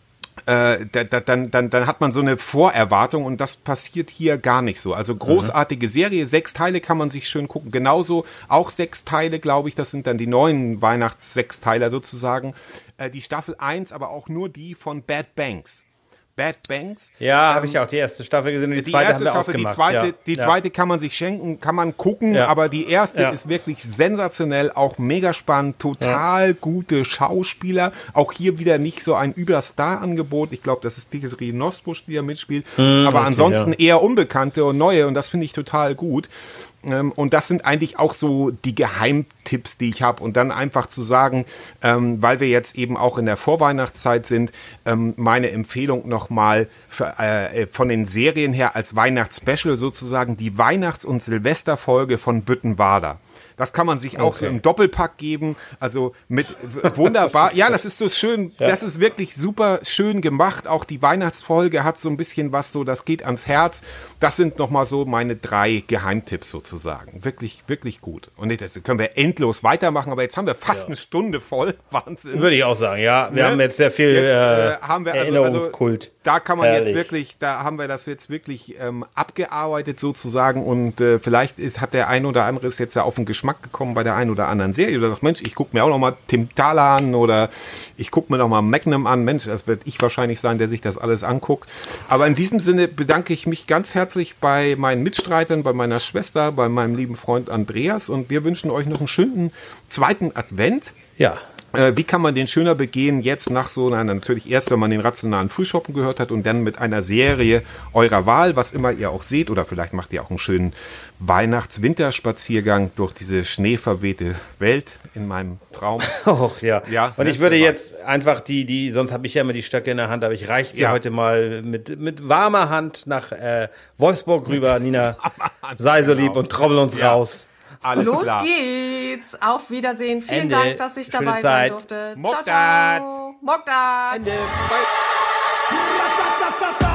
Äh, da, da, dann, dann, dann hat man so eine Vorerwartung und das passiert hier gar nicht so. Also großartige Serie, sechs Teile kann man sich schön gucken. Genauso auch sechs Teile, glaube ich, das sind dann die neuen Weihnachts-Sechsteiler sozusagen. Äh, die Staffel eins, aber auch nur die von Bad Banks. Bad Banks. Ja, habe ich auch die erste Staffel gesehen und die, Die zweite haben erste wir Staffel, die ausgemacht. zweite, ja. die ja. zweite kann man sich schenken, kann man gucken, Ja. aber die erste Ja. ist wirklich sensationell, auch mega spannend, total gute Schauspieler. Auch hier wieder nicht so ein Überstar-Angebot. Ich glaube, das ist Desiree Nosbusch, die da mitspielt. aber richtig, ansonsten ja. eher unbekannte und neue und das finde ich total gut. Ähm, und das sind eigentlich auch so die Geheimtipps, die ich habe. Und dann einfach zu sagen, ähm, weil wir jetzt eben auch in der Vorweihnachtszeit sind, ähm, meine Empfehlung nochmal äh, von den Serien her als Weihnachtsspecial sozusagen die Weihnachts- und Silvesterfolge von Büttenwader. Das kann man sich auch so Okay. im Doppelpack geben, also mit w- wunderbar. Ja, das ist so schön, das ist wirklich super schön gemacht. Auch die Weihnachtsfolge hat so ein bisschen was so, das geht ans Herz. Das sind nochmal so meine drei Geheimtipps sozusagen. Wirklich, wirklich gut. Und das können wir endlos weitermachen, aber jetzt haben wir fast eine Stunde voll. Wahnsinn. Würde ich auch sagen, ja. Wir Ne? haben jetzt sehr viel Jetzt, äh, äh, haben wir also- Erinnerungskult. Also, da kann man Herrlich. jetzt wirklich, da haben wir das jetzt wirklich ähm, abgearbeitet sozusagen und äh, vielleicht ist, hat der ein oder andere ist jetzt ja auf den Geschmack gekommen bei der einen oder anderen Serie oder sagt, Mensch, ich gucke mir auch noch mal Tim Thaler an oder ich gucke mir noch mal Magnum an. Mensch, das wird ich wahrscheinlich sein, der sich das alles anguckt. Aber in diesem Sinne bedanke ich mich ganz herzlich bei meinen Mitstreitern, bei meiner Schwester, bei meinem lieben Freund Andreas und wir wünschen euch noch einen schönen zweiten Advent. Ja. Äh, wie kann man den schöner begehen jetzt nach so einer, natürlich erst, wenn man den rationalen Frühschoppen gehört hat und dann mit einer Serie eurer Wahl, was immer ihr auch seht, oder vielleicht macht ihr auch einen schönen Weihnachts-Winterspaziergang durch diese schneeverwehte Welt in meinem Traum. Och, ja. Ja, und ne? ich würde jetzt einfach die, die, sonst habe ich ja immer die Stöcke in der Hand, aber ich reiche sie Ja. heute mal mit, mit warmer Hand nach äh, Wolfsburg rüber, Nina. Sei so genau. lieb und trommel uns Ja. raus. Alles Los klar. geht's. Auf Wiedersehen. Vielen Ende. Dank, dass ich Schöne dabei Zeit. sein durfte. Moktat. Ciao, ciao. Moktat. Ende. Bye.